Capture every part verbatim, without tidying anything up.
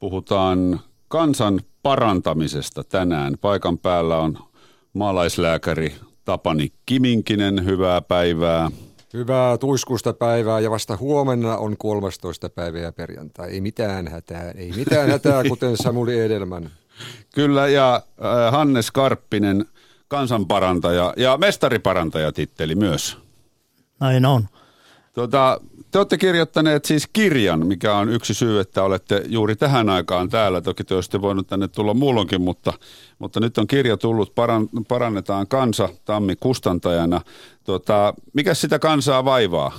Puhutaan kansan parantamisesta tänään. Paikan päällä on maalaislääkäri Tapani Kiminkinen. Hyvää päivää. Hyvää tuiskusta päivää ja vasta huomenna on kolmastoista päivä ja perjantai. Ei mitään hätää, ei mitään hätää, kuten Samuli Edelman. Kyllä, ja Hannes Karppinen, kansanparantaja ja mestariparantaja titteli myös. Näin on. Tuota, te olette kirjoittaneet siis kirjan, mikä on yksi syy, että olette juuri tähän aikaan täällä. Toki te olisitte voinut tänne tulla muulloinkin, mutta, mutta nyt on kirja tullut, paran, parannetaan kansa Tammi kustantajana. Tuota, mikä sitä kansaa vaivaa?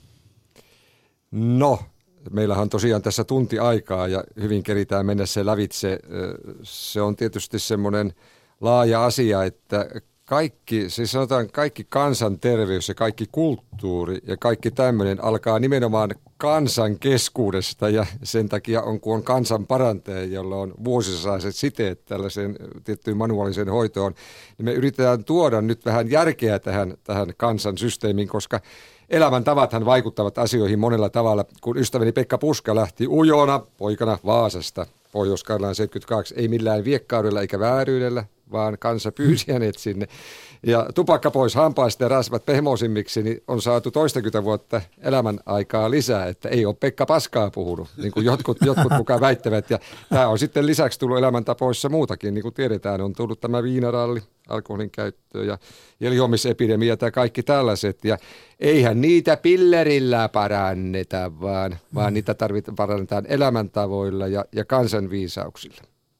No, meillähän on tosiaan tässä tunti aikaa ja hyvin keritään mennä se lävitse. Se on tietysti semmoinen laaja asia, että kaikki, siis sanotaan kaikki kansanterveys ja kaikki kulttuuri ja kaikki tämmöinen alkaa nimenomaan kansan keskuudesta ja sen takia on, kun on kansan parantaja, jolla on vuosisaiset siteet tällaiseen tiettyyn manuaaliseen hoitoon, niin me yritetään tuoda nyt vähän järkeä tähän, tähän kansan systeemiin, koska elämäntavathan vaikuttavat asioihin monella tavalla. Kun ystäväni Pekka Puska lähti ujona poikana Vaasasta Pohjois-Karjalaan seitsemänkymmentäkaksi, ei millään viekkaudella eikä vääryydellä, vaan kansa pyysi hänet sinne. Ja tupakka pois hampaista ja rasvat pehmoisimmiksi, niin on saatu toistakymmentä vuotta elämän aikaa lisää, että ei ole Pekka paskaa puhunut, niin kuin jotkut, jotkut mukaan väittävät. Ja tämä on sitten lisäksi tullut elämäntapoissa muutakin, niin kuin tiedetään, on tullut tämä viinaralli, alkoholin käyttö ja, ja lihomisepidemia ja kaikki tällaiset. Ja eihän niitä pillerillä paranneta, vaan, vaan niitä tarvitaan, parannetaan elämäntavoilla ja, ja kansanviisauksilla.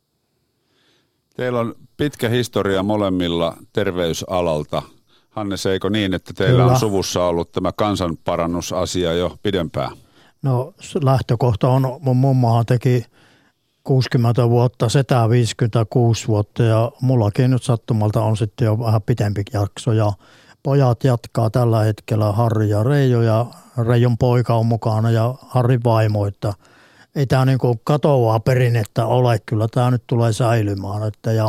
Teillä on pitkä historia molemmilla terveysalalta. Hannes, eikö niin, että teillä Kyllä. on suvussa ollut tämä kansanparannusasia jo pidempään? No lähtökohta on, mun mummahan teki kuusikymmentä vuotta, setää viisikymmentäkuusi vuotta ja mullakin nyt sattumalta on sitten jo vähän pitempi jakso. Ja pojat jatkaa tällä hetkellä, Harri ja Reijo, ja Reijon poika on mukana ja Harrin vaimo, että ei tämä niin kuin katoavaa perinnettä ole, kyllä tämä nyt tulee säilymään. Että ja,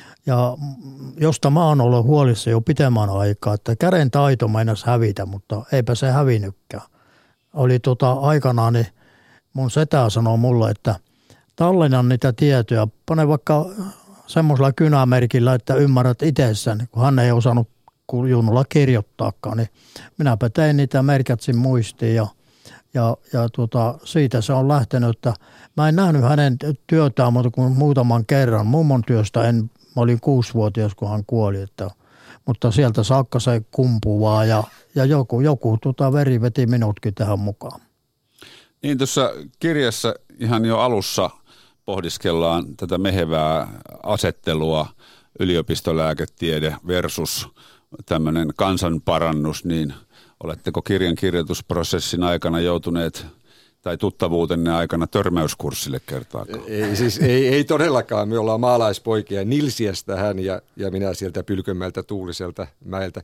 ja josta mä oon ollut huolissa jo pitemmän aikaa, että käden taito meinasi hävitä, mutta eipä se hävinnytkään. Oli tota aikanaan, niin mun setä sanoi mulle, että tallennan niitä tietoja, pane vaikka semmoisella kynämerkillä, että ymmärrät itsessään, kun hän ei osannut junnulla kirjoittaakaan, niin minäpä tein niitä, merkatsin muistiin ja Ja, ja tuota, siitä se on lähtenyt, että mä en nähnyt hänen työtään muuta kuin muutaman kerran. Mummon työstä en, mä olin kuusivuotias, kun hän kuoli, että, mutta sieltä saakka se kumpuvaa ja, ja joku, joku tuota veri veti minutkin tähän mukaan. Niin tuossa kirjassa ihan jo alussa pohdiskellaan tätä mehevää asettelua, yliopistolääketiede versus tämmöinen kansanparannus, niin oletteko kirjan kirjoitusprosessin aikana joutuneet tai tuttavuutenne aikana törmäyskurssille kertaakaan? Ei, siis, ei, ei todellakaan. Me ollaan maalaispoikia. Nilsiästä hän ja, ja minä sieltä Pylkönmäeltä Tuuliselta mäeltä,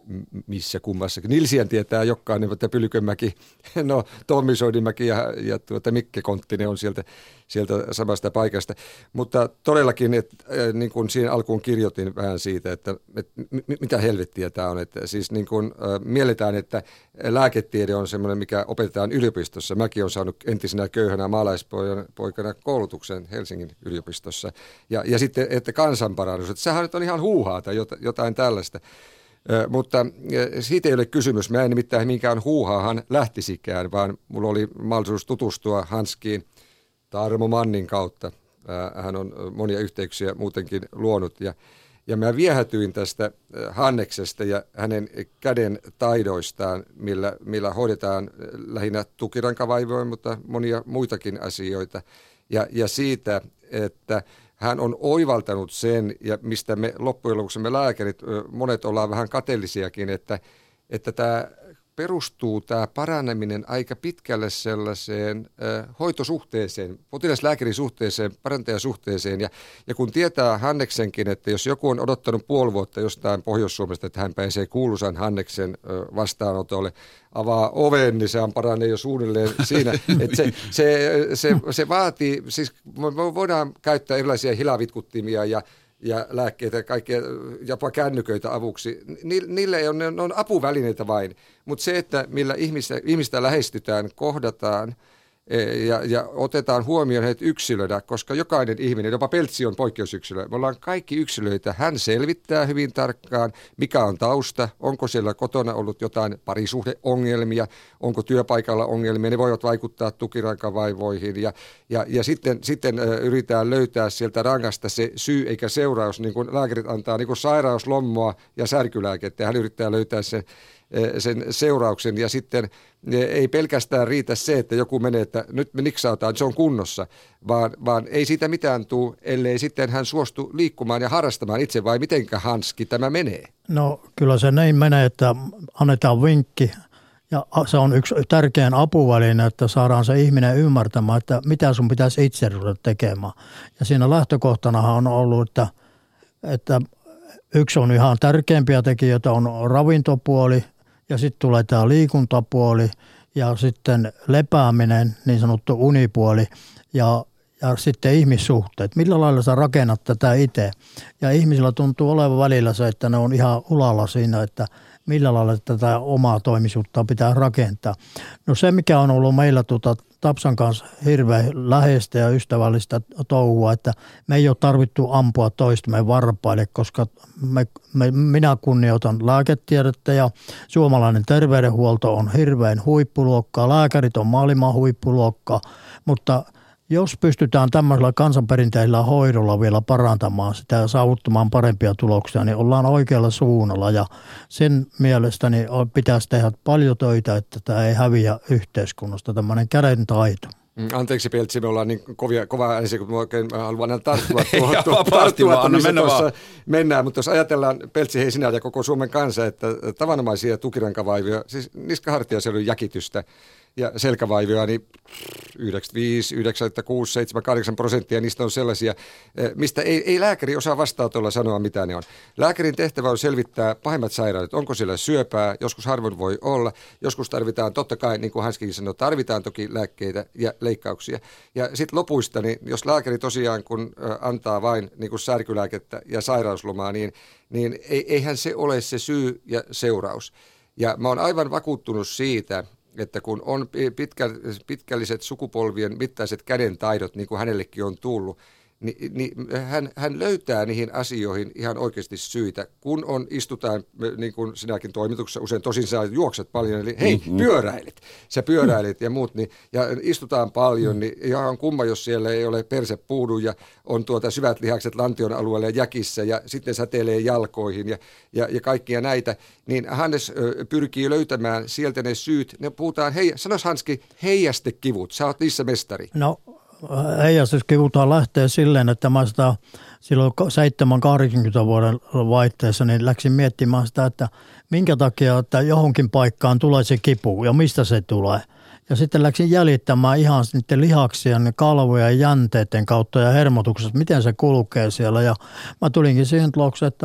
missä kummassakin. Nilsiän tietää jokainen, että Pylkönmäki, no Tommi Soidinmäki ja, ja tuota, Mikke Konttinen on sieltä, sieltä samasta paikasta. Mutta todellakin, että äh, niin kuin siinä alkuun kirjoitin vähän siitä, että, että m- mitä helvettiä tämä on. Että siis niin kuin äh, mielletään, että lääketiede on semmoinen, mikä opetetaan yliopistossa. Mäkin olen saanut entisenä köyhänä maalaispoikana koulutuksen Helsingin yliopistossa. Ja, ja sitten, että kansanparannus, että sehän nyt on ihan huuhaata, jotain tällaista. Ö, mutta siitä ei ole kysymys. Mä en nimittäin minkään huuhaahan lähtisikään, vaan mulla oli mahdollisuus tutustua Hanskiin Tarmo Mannin kautta. Hän on monia yhteyksiä muutenkin luonut ja Ja mä viehätyin tästä Hanneksesta ja hänen käden taidoistaan, millä, millä hoidetaan lähinnä tukirankavaivoja, mutta monia muitakin asioita. Ja, ja siitä, että hän on oivaltanut sen, ja mistä me loppujen lopuksi me lääkärit, monet ollaan vähän kateellisiakin, että, että tämä perustuu tämä paraneminen aika pitkälle sellaiseen äh, hoitosuhteeseen, potilas-lääkärisuhteeseen, parantajasuhteeseen. Ja, ja kun tietää Hanneksenkin, että jos joku on odottanut puoli vuotta jostain Pohjois-Suomesta, että hän pääsee kuuluisan Hanneksen äh, vastaanotolle, avaa oven, niin sehän paranee jo suunnilleen siinä. Että se, se, se, se vaatii, siis me voidaan käyttää erilaisia hilavitkuttimia ja ja lääkkeitä ja kaikkea, jopa kännyköitä avuksi. Niille ei ole, ne on apuvälineitä vain, mutta se, että millä ihmistä, ihmistä lähestytään, kohdataan, ja, ja otetaan huomioon heidät yksilöidä, koska jokainen ihminen, jopa Peltsi on poikkeusyksilö. Me ollaan kaikki yksilöitä. Hän selvittää hyvin tarkkaan, mikä on tausta, onko siellä kotona ollut jotain parisuhdeongelmia, onko työpaikalla ongelmia, ne voivat vaikuttaa tukirankavaivoihin ja, ja, ja sitten, sitten yritetään löytää sieltä rangasta se syy eikä seuraus, niin kuin lääkärit antaa niin kuin sairauslommoa ja särkylääkettä, ja hän yrittää löytää sen sen seurauksen ja sitten ei pelkästään riitä se, että joku menee, että nyt me niksautaan, se on kunnossa, vaan, vaan ei siitä mitään tule, ellei sitten hän suostu liikkumaan ja harrastamaan itse, vai mitenkä Hanski tämä menee? No kyllä se näin menee, että annetaan vinkki ja se on yksi tärkein apuväline, että saadaan se ihminen ymmärtämään, että mitä sun pitäisi itse ruveta tekemään. Ja siinä lähtökohtanahan on ollut, että, että yksi on ihan tärkeimpiä tekijöitä on ravintopuoli ja sitten tulee tämä liikuntapuoli ja sitten lepääminen, niin sanottu unipuoli ja, ja sitten ihmissuhteet. Millä lailla sä rakennat tätä itse? Ja ihmisillä tuntuu olevan välillä se, että ne on ihan ulalla siinä, että millä lailla tätä omaa toimisuutta pitää rakentaa. No se, mikä on ollut meillä tuota Tapsan kanssa hirveän läheistä ja ystävällistä touhua, että me ei ole tarvittu ampua toistamme varpaille, koska me, me, minä kunnioitan lääketiedettä ja suomalainen terveydenhuolto on hirveän huippuluokkaa, lääkärit on maailman huippuluokkaa, mutta jos pystytään tämmöisellä kansanperinteisellä hoidolla vielä parantamaan sitä ja saavuttamaan parempia tuloksia, niin ollaan oikealla suunnalla ja sen mielestäni pitäisi tehdä paljon töitä, että tämä ei häviä yhteiskunnasta, tämmöinen käden taito. Anteeksi Peltsi, me ollaan niin kovia, kova äänisiä, kun mä oikein haluan tarttua tuohon, tarttua, missä tuossa mennään. Mutta jos ajatellaan, Peltsi, hei sinä ja koko Suomen kansa, että tavanomaisia tukirankavaivoja, siis niskahartiaselun jäkitystä ja selkävaivoja, niin yhdeksänkymmentäviisi, yhdeksänkymmentäkuusi, seitsemän, kahdeksan prosenttia niistä on sellaisia, mistä ei, ei lääkäri osaa vastaanotolla sanoa, mitä ne on. Lääkärin tehtävä on selvittää pahimmat sairaudet. Onko siellä syöpää? Joskus harvoin voi olla. Joskus tarvitaan, totta kai, niin kuin Hanskikin sanoi, tarvitaan toki lääkkeitä ja leikkauksia. Ja sitten lopuista, niin jos lääkäri tosiaan kun antaa vain niin kuin särkylääkettä ja sairauslomaa, niin, niin eihän se ole se syy ja seuraus. Ja mä oon aivan vakuuttunut siitä, että kun on pitkä, pitkälliset sukupolvien mittaiset kädentaidot, niin kuin hänellekin on tullut, niin, niin hän, hän löytää niihin asioihin ihan oikeasti syitä. Kun on, istutaan, niin kuin sinäkin toimituksessa usein, tosin sä juokset paljon, eli hei, mm-hmm. pyöräilit, sä pyöräilit ja muut, niin, ja istutaan paljon, niin ihan kumma, jos siellä ei ole perse puudu ja on tuota syvät lihakset lantion alueella ja jäkissä ja sitten säteilee jalkoihin ja, ja, ja kaikkia näitä, niin Hannes ö, pyrkii löytämään sieltä ne syyt. Ne puhutaan, hei, sanois Hanski, heijastekivut, sä oot niissä mestari. No. Heijastuskivutaan lähtee silleen, että mä sitä silloin seitsemän kahdeksankymmentä vuoden vaihteessa niin läksin miettimään sitä, että minkä takia että johonkin paikkaan tulee se kipu ja mistä se tulee. Ja sitten läksin jäljittämään ihan niiden lihaksien, kalvoja ja jänteiden kautta ja hermotuksesta, miten se kulkee siellä. Ja mä tulinkin siihen tulokseen, että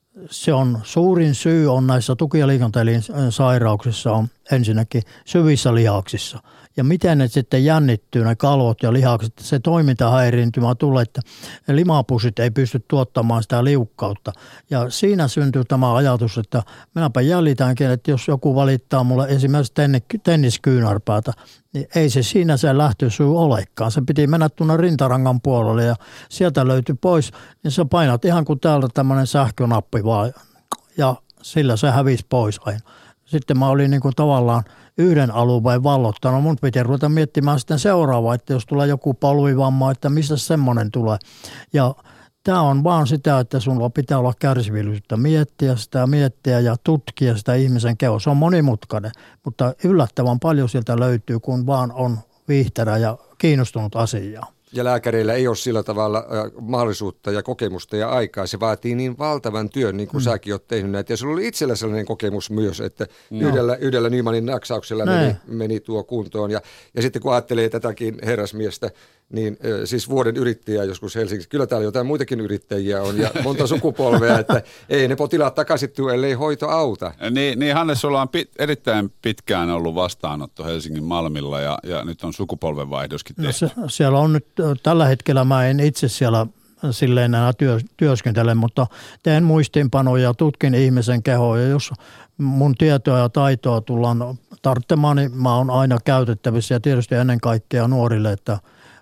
se on suurin syy on näissä tuki- ja liikuntaelin sairauksissa on ensinnäkin syvissä lihaksissa. Ja miten ne sitten jännittyy, ne kalvot ja lihakset, se toimintahäiriintymä tulee, että limapussit ei pysty tuottamaan sitä liukkautta. Ja siinä syntyy tämä ajatus, että minäpä jäljitäänkin, että jos joku valittaa mulle esimerkiksi tenniskyynärpäätä, niin ei se siinä se lähtösyy olekaan. Se piti mennä tuonne rintarangan puolelle ja sieltä löytyi pois, niin sä painat ihan kuin täältä tämmöinen sähkönappi vaan ja sillä se hävisi pois aina. Sitten mä olin niin kuin tavallaan yhden alueen vallottanut. Mun piti ruveta miettimään sitten seuraavaa, että jos tulee joku polvivamma, että mistä semmoinen tulee. Ja tämä on vaan sitä, että sulla pitää olla kärsivällisyyttä miettiä sitä, miettiä ja tutkia sitä ihmisen kehoa. Se on monimutkainen, mutta yllättävän paljon sieltä löytyy, kun vaan on viihterä ja kiinnostunut asiaa. Ja lääkäreillä ei ole sillä tavalla äh, mahdollisuutta ja kokemusta ja aikaa. Se vaatii niin valtavan työn, niin kuin mm. säkin olet tehnyt näitä. Ja sulla oli itsellä sellainen kokemus myös, että no. yhdellä, yhdellä Nymanin naksauksella meni, meni tuo kuntoon. Ja, ja sitten kun ajattelee tätäkin herrasmiestä, niin äh, siis vuoden yrittäjä joskus Helsingissä. Kyllä täällä jotain muitakin yrittäjiä on ja monta sukupolvea, että ei ne potilaat takaisin tule, ellei hoito auta. Niin, niin Hannes, sulla on pit, erittäin pitkään ollut vastaanotto Helsingin Malmilla ja, ja nyt on sukupolvenvaihdoskin tehty. No se, siellä on nyt tällä hetkellä, mä en itse siellä silleen enää työ, työskentele, mutta teen muistiinpanoja ja tutkin ihmisen kehoa ja jos mun tietoa ja taitoa tullaan tarvitsemaan, niin mä oon aina käytettävissä ja tietysti ennen kaikkea nuorille, että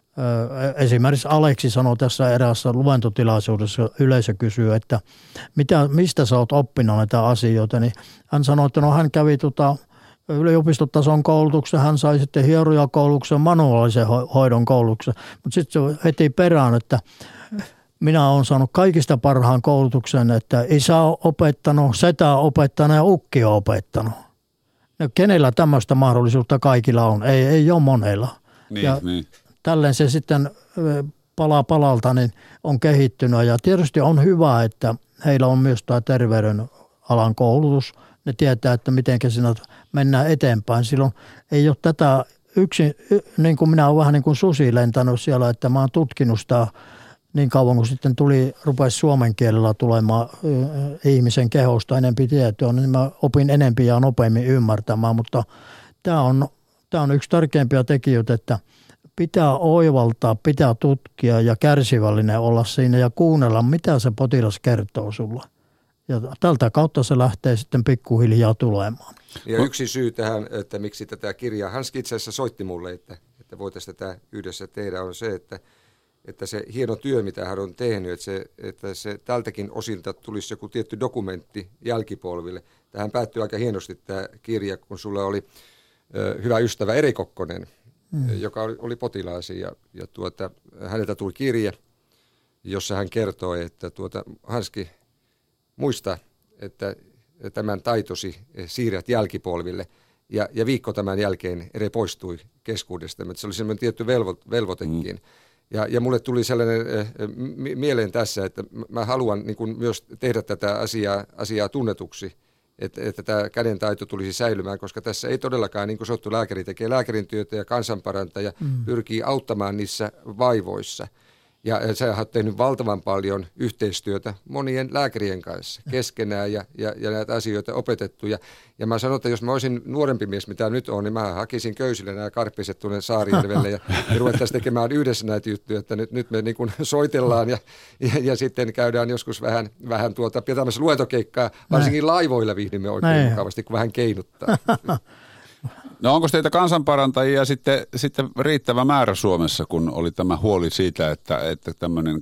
esimerkiksi Aleksi sanoi tässä eräässä luentotilaisuudessa, yleisö kysyy, että mitä, mistä sä oot oppinut näitä asioita, niin hän sanoi, että no hän kävi tota yliopistotason koulutuksen, hän sai sitten hierojakoulutuksen, manuaalisen hoidon koulutuksen, mutta sitten se heti perään, että minä olen saanut kaikista parhaan koulutuksen, että isä on opettanut, setä on opettanut ja ukki on opettanut. Ja kenellä tämmöistä mahdollisuutta kaikilla on? Ei, ei ole monella. Niin, ja niin. Tälleen se sitten pala palalta niin on kehittynyt ja tietysti on hyvä, että heillä on myös tämä terveydenalan koulutus. Ne tietää, että miten siinä mennään eteenpäin. Silloin ei ole tätä yksin, niin kuin minä olen vähän niin kuin susi lentänyt siellä, että mä oon tutkinut sitä niin kauan kun sitten tuli, rupesi suomen kielellä tulemaan ihmisen kehosta enempi tietoa, niin mä opin enempi ja nopeammin ymmärtämään, mutta tämä on, tämä on yksi tärkeimpiä tekijöitä, että pitää oivaltaa, pitää tutkia ja kärsivällinen olla siinä ja kuunnella, mitä se potilas kertoo sulle. Ja tältä kautta se lähtee sitten pikkuhiljaa tulemaan. Ja yksi syy tähän, että miksi tätä kirjaa, Hanski itse asiassa soitti mulle, että, että voitaisiin tätä yhdessä tehdä, on se, että, että se hieno työ, mitä hän on tehnyt, että se, että se tältäkin osilta tulisi joku tietty dokumentti jälkipolville. Tähän päättyy aika hienosti tämä kirja, kun sulla oli ö, hyvä ystävä Eri Kokkonen, mm. joka oli, oli potilaasi ja, ja tuota, häneltä tuli kirje, jossa hän kertoi, että tuota, Hanski, muista, että tämän taitosi siirrät jälkipolville ja, ja viikko tämän jälkeen Ere poistui keskuudesta. Se oli semmoinen tietty velvo, velvoitekin. Mm. Ja, ja mulle tuli sellainen äh, m- mieleen tässä, että mä haluan niin kuin myös tehdä tätä asiaa, asiaa tunnetuksi, että, että tämä kädentaito tulisi säilymään, koska tässä ei todellakaan, niin kuin sanottu, lääkäri tekee lääkärin työtä ja kansanparantaja mm. pyrkii auttamaan niissä vaivoissa. Ja sä oot tehnyt valtavan paljon yhteistyötä monien lääkärien kanssa keskenään ja, ja, ja näitä asioita opetettu. Ja, ja mä sanon, että jos mä olisin nuorempi mies, mitä nyt on, niin mä hakisin köysille nämä karppiset tuonne Saarijärvelle ja, ja ruvettaisiin tekemään yhdessä näitä juttuja, että nyt, nyt me niin kuin soitellaan ja, ja, ja sitten käydään joskus vähän, vähän tuota pitämässä luentokeikkaa. Varsinkin Näin. laivoilla viihdymme oikein Näin. mukavasti, kun vähän keinuttaa. No onko teitä kansanparantajia sitten, sitten riittävä määrä Suomessa, kun oli tämä huoli siitä, että, että tämmöinen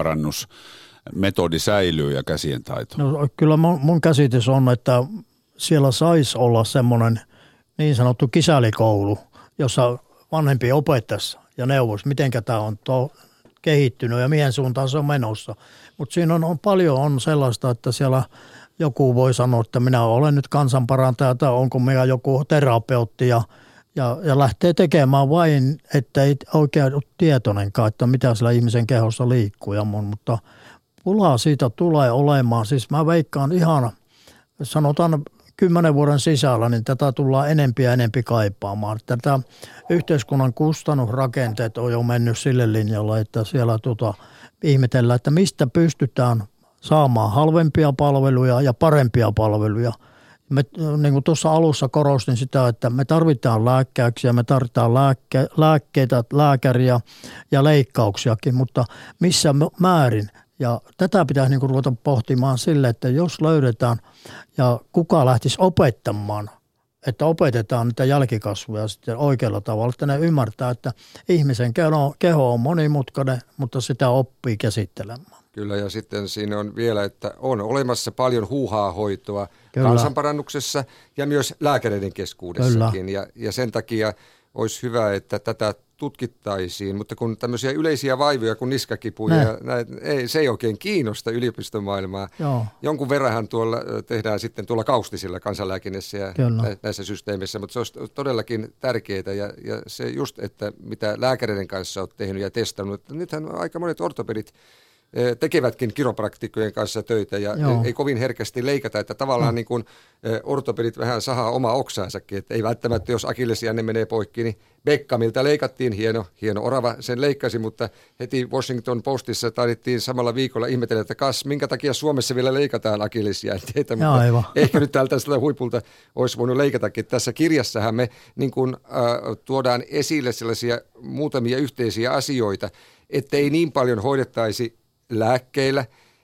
kansanparannusmetodi säilyy ja käsien taito? No kyllä mun, mun käsitys on, että siellä saisi olla semmoinen niin sanottu kisälikoulu, jossa vanhempi opettaisi ja neuvoisi, miten tämä on to, kehittynyt ja mihin suuntaan se on menossa. Mutta siinä on, on paljon on sellaista, että siellä joku voi sanoa, että minä olen nyt kansanparantaja tai onko minä joku terapeutti ja, ja, ja lähtee tekemään vain, että ei oikein ole tietoinenkaan, että mitä sillä ihmisen kehossa liikkuu. Ja mun, mutta pulaa siitä tulee olemaan. Siis mä veikkaan ihan, sanotaan kymmenen vuoden sisällä, niin tätä tullaan enempi ja enempi kaipaamaan. Tätä yhteiskunnan kustannusrakenteet on jo mennyt sille linjalle, että siellä tota, ihmetellään, että mistä pystytään saamaan halvempia palveluja ja parempia palveluja. Me, niin kuin tuossa alussa korostin sitä, että me tarvitaan lääkkäyksiä, me tarvitaan lääkke, lääkkeitä, lääkäriä ja leikkauksiakin, mutta missä määrin? Ja tätä pitäisi niin kuin ruveta pohtimaan sille, että jos löydetään ja kuka lähtisi opettamaan, että opetetaan niitä jälkikasvuja sitten oikealla tavalla, että ne ymmärtää, että ihmisen keho, keho on monimutkainen, mutta sitä oppii käsittelemään. Kyllä, ja sitten siinä on vielä, että on olemassa paljon huuhaa hoitoa Kyllä. kansanparannuksessa ja myös lääkäreiden keskuudessakin. Ja, ja sen takia olisi hyvä, että tätä tutkittaisiin, mutta kun tämmöisiä yleisiä vaivoja kuin niskakipuja, näitä, ei, se ei oikein kiinnosta yliopistomaailmaa. Joo. Jonkun verranhan tuolla tehdään sitten tuolla kaustisilla kansanlääkinnässä ja Kyllä. näissä systeemissä, mutta se olisi todellakin tärkeää. Ja, ja se just, että mitä lääkäreiden kanssa olet tehnyt ja testannut, että nythän aika monet ortopedit tekevätkin kiropraktikkojen kanssa töitä ja Joo. ei kovin herkästi leikata, että tavallaan mm. niin kuin ortopedit vähän sahaa omaa oksaansakin, että ei välttämättä, jos akillesjänne menee poikki, niin Beckhamilta leikattiin, hieno, hieno orava sen leikkasi, mutta heti Washington Postissa taidettiin samalla viikolla ihmetellä, että kas, minkä takia Suomessa vielä leikataan akillesjänteitä, mutta Aivan. ehkä nyt tältä huipulta olisi voinut leikatakin. Tässä kirjassahan me niin kuin, äh, tuodaan esille sellaisia muutamia yhteisiä asioita, ettei niin paljon hoidettaisi lääkkeillä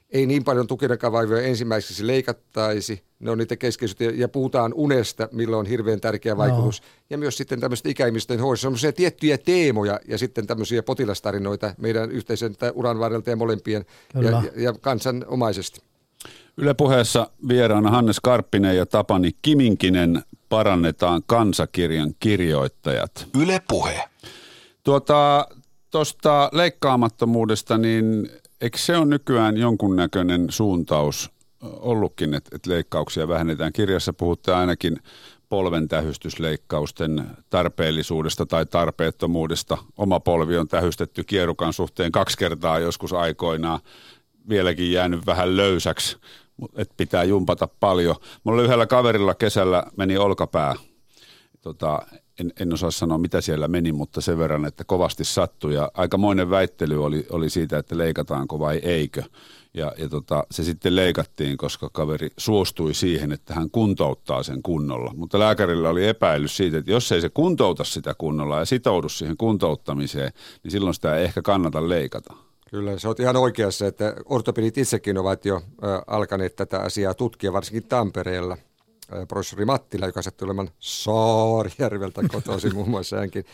ei niin paljon tukinakavaivoja ensimmäiseksi leikattaisi. Ne on niitä keskeisiä, ja puhutaan unesta, millä on hirveän tärkeä vaikutus. No. Ja myös sitten tämmöistä ikäihmisten hoidossa on tiettyjä teemoja ja sitten tämmöisiä potilastarinoita meidän yhteisen uran varrelta ja molempien ja, ja, ja kansanomaisesti. Yle Puheessa vieraana Hannes Karppinen ja Tapani Kiminkinen, parannetaan kansakirjan kirjoittajat. Yle Puhe. Tuota, tuosta leikkaamattomuudesta, niin eikö se ole nykyään jonkunnäköinen suuntaus ollutkin, että, että leikkauksia vähennetään? Kirjassa puhutte ainakin polven tähystysleikkausten tarpeellisuudesta tai tarpeettomuudesta. Oma polvi on tähystetty kierukan suhteen kaksi kertaa joskus aikoinaan, vieläkin jäänyt vähän löysäksi, että pitää jumpata paljon. Mulla yhdellä kaverilla kesällä meni olkapää. Tota, en, en osaa sanoa, mitä siellä meni, mutta sen verran, että kovasti sattui. Ja aikamoinen väittely oli, oli siitä, että leikataanko vai eikö. Ja, ja tota, se sitten leikattiin, koska kaveri suostui siihen, että hän kuntouttaa sen kunnolla. Mutta lääkärillä oli epäilys siitä, että jos ei se kuntouta sitä kunnolla ja sitoudu siihen kuntouttamiseen, niin silloin sitä ei ehkä kannata leikata. Kyllä, se on ihan oikeassa, että ortopedit itsekin ovat jo ä, alkaneet tätä asiaa tutkia, varsinkin Tampereella. Ä, professori Mattila, joka sattui olemaan Saarijärveltä kotoisin muun muassa hänkin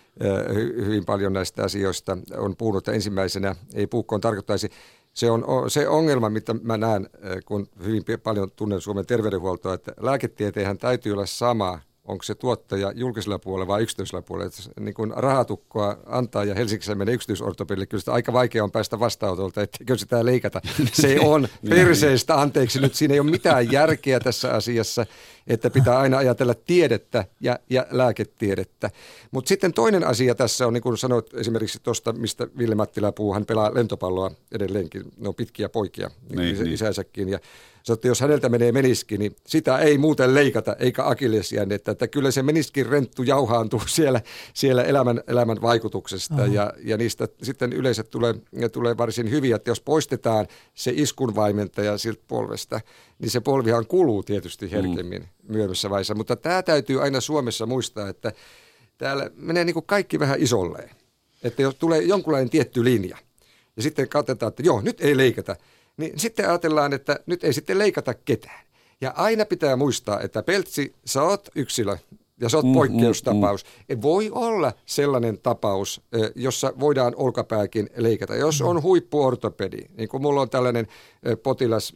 ä, hy, hyvin paljon näistä asioista on puhunut, että ensimmäisenä ei puukkoon tarkoittaisi. Se on se ongelma, mitä mä näen, kun hyvin paljon tunnen Suomen terveydenhuoltoa, että lääketieteenhän täytyy olla sama, onko se tuottaja julkisella puolella vai yksityisellä puolella. Että niin kun rahatukkoa antaa ja Helsingissä menee yksityisortopedille, kyllä sitä aika vaikea on päästä vastaanotolta, etteikö sitä leikata. Se on perseistä, anteeksi nyt, siinä ei ole mitään järkeä tässä asiassa, että pitää aina ajatella tiedettä ja, ja lääketiedettä. Mutta sitten toinen asia tässä on, niin kuin sanoit esimerkiksi tuosta, mistä Ville Mattila puhuu, hän pelaa lentopalloa edelleenkin, ne on pitkiä poikia, niin, niin isänsäkin, ja sanoi, että jos häneltä menee meniski, niin sitä ei muuten leikata, eikä akillesjännettä, että kyllä se meniskin renttu jauhaantuu siellä, siellä elämän, elämän vaikutuksesta, ja, ja niistä sitten yleensä tulee, tulee varsin hyviä, että jos poistetaan se iskunvaimentaja siltä polvesta, niin se polvihan kuluu tietysti herkemmin mm. myöhemmässä vaiheessa, mutta tämä täytyy aina Suomessa muistaa, että täällä menee niin kuin kaikki vähän isolleen, että jos tulee jonkunlainen tietty linja, ja sitten katsotaan, että joo, nyt ei leikata, niin sitten ajatellaan, että nyt ei sitten leikata ketään. Ja aina pitää muistaa, että Peltsi, sä oot yksilö ja sä oot mm, poikkeustapaus. Mm, mm. Voi olla sellainen tapaus, jossa voidaan olkapääkin leikata. Jos on huippuortopedi, niin kuin mulla on tällainen potilas,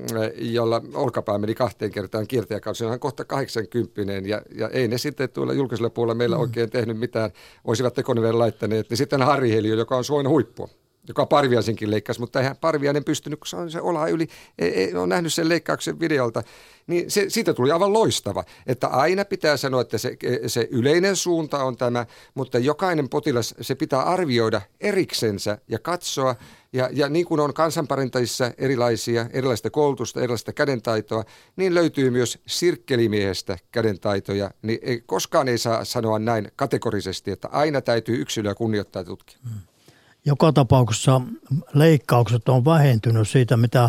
jolla olkapää meni kahteen kertaan kiertäjäkaudessa, on kohta kahdeksankymppinen ja, ja ei ne sitten tuolla julkisella puolella meillä mm. oikein tehnyt mitään, olisivat tekonivel laittaneet. Niin sitten Harri Heliö, joka on Suomen huippua, joka Parviaisenkin leikkasi, mutta eihän Parviainen pystynyt, kun se on se ola yli, ei, ei ole nähnyt sen leikkauksen videolta, niin se, siitä tuli aivan loistava, että aina pitää sanoa, että se, se yleinen suunta on tämä, mutta jokainen potilas, se pitää arvioida eriksensä ja katsoa, ja, ja niin kuin on kansanparantajissa erilaisia, erilaista koulutusta, erilaista kädentaitoa, niin löytyy myös sirkkelimiehestä kädentaitoja, niin ei, koskaan ei saa sanoa näin kategorisesti, että aina täytyy yksilöä kunnioittaa ja tutkia. Hmm. Joka tapauksessa leikkaukset on vähentynyt siitä, mitä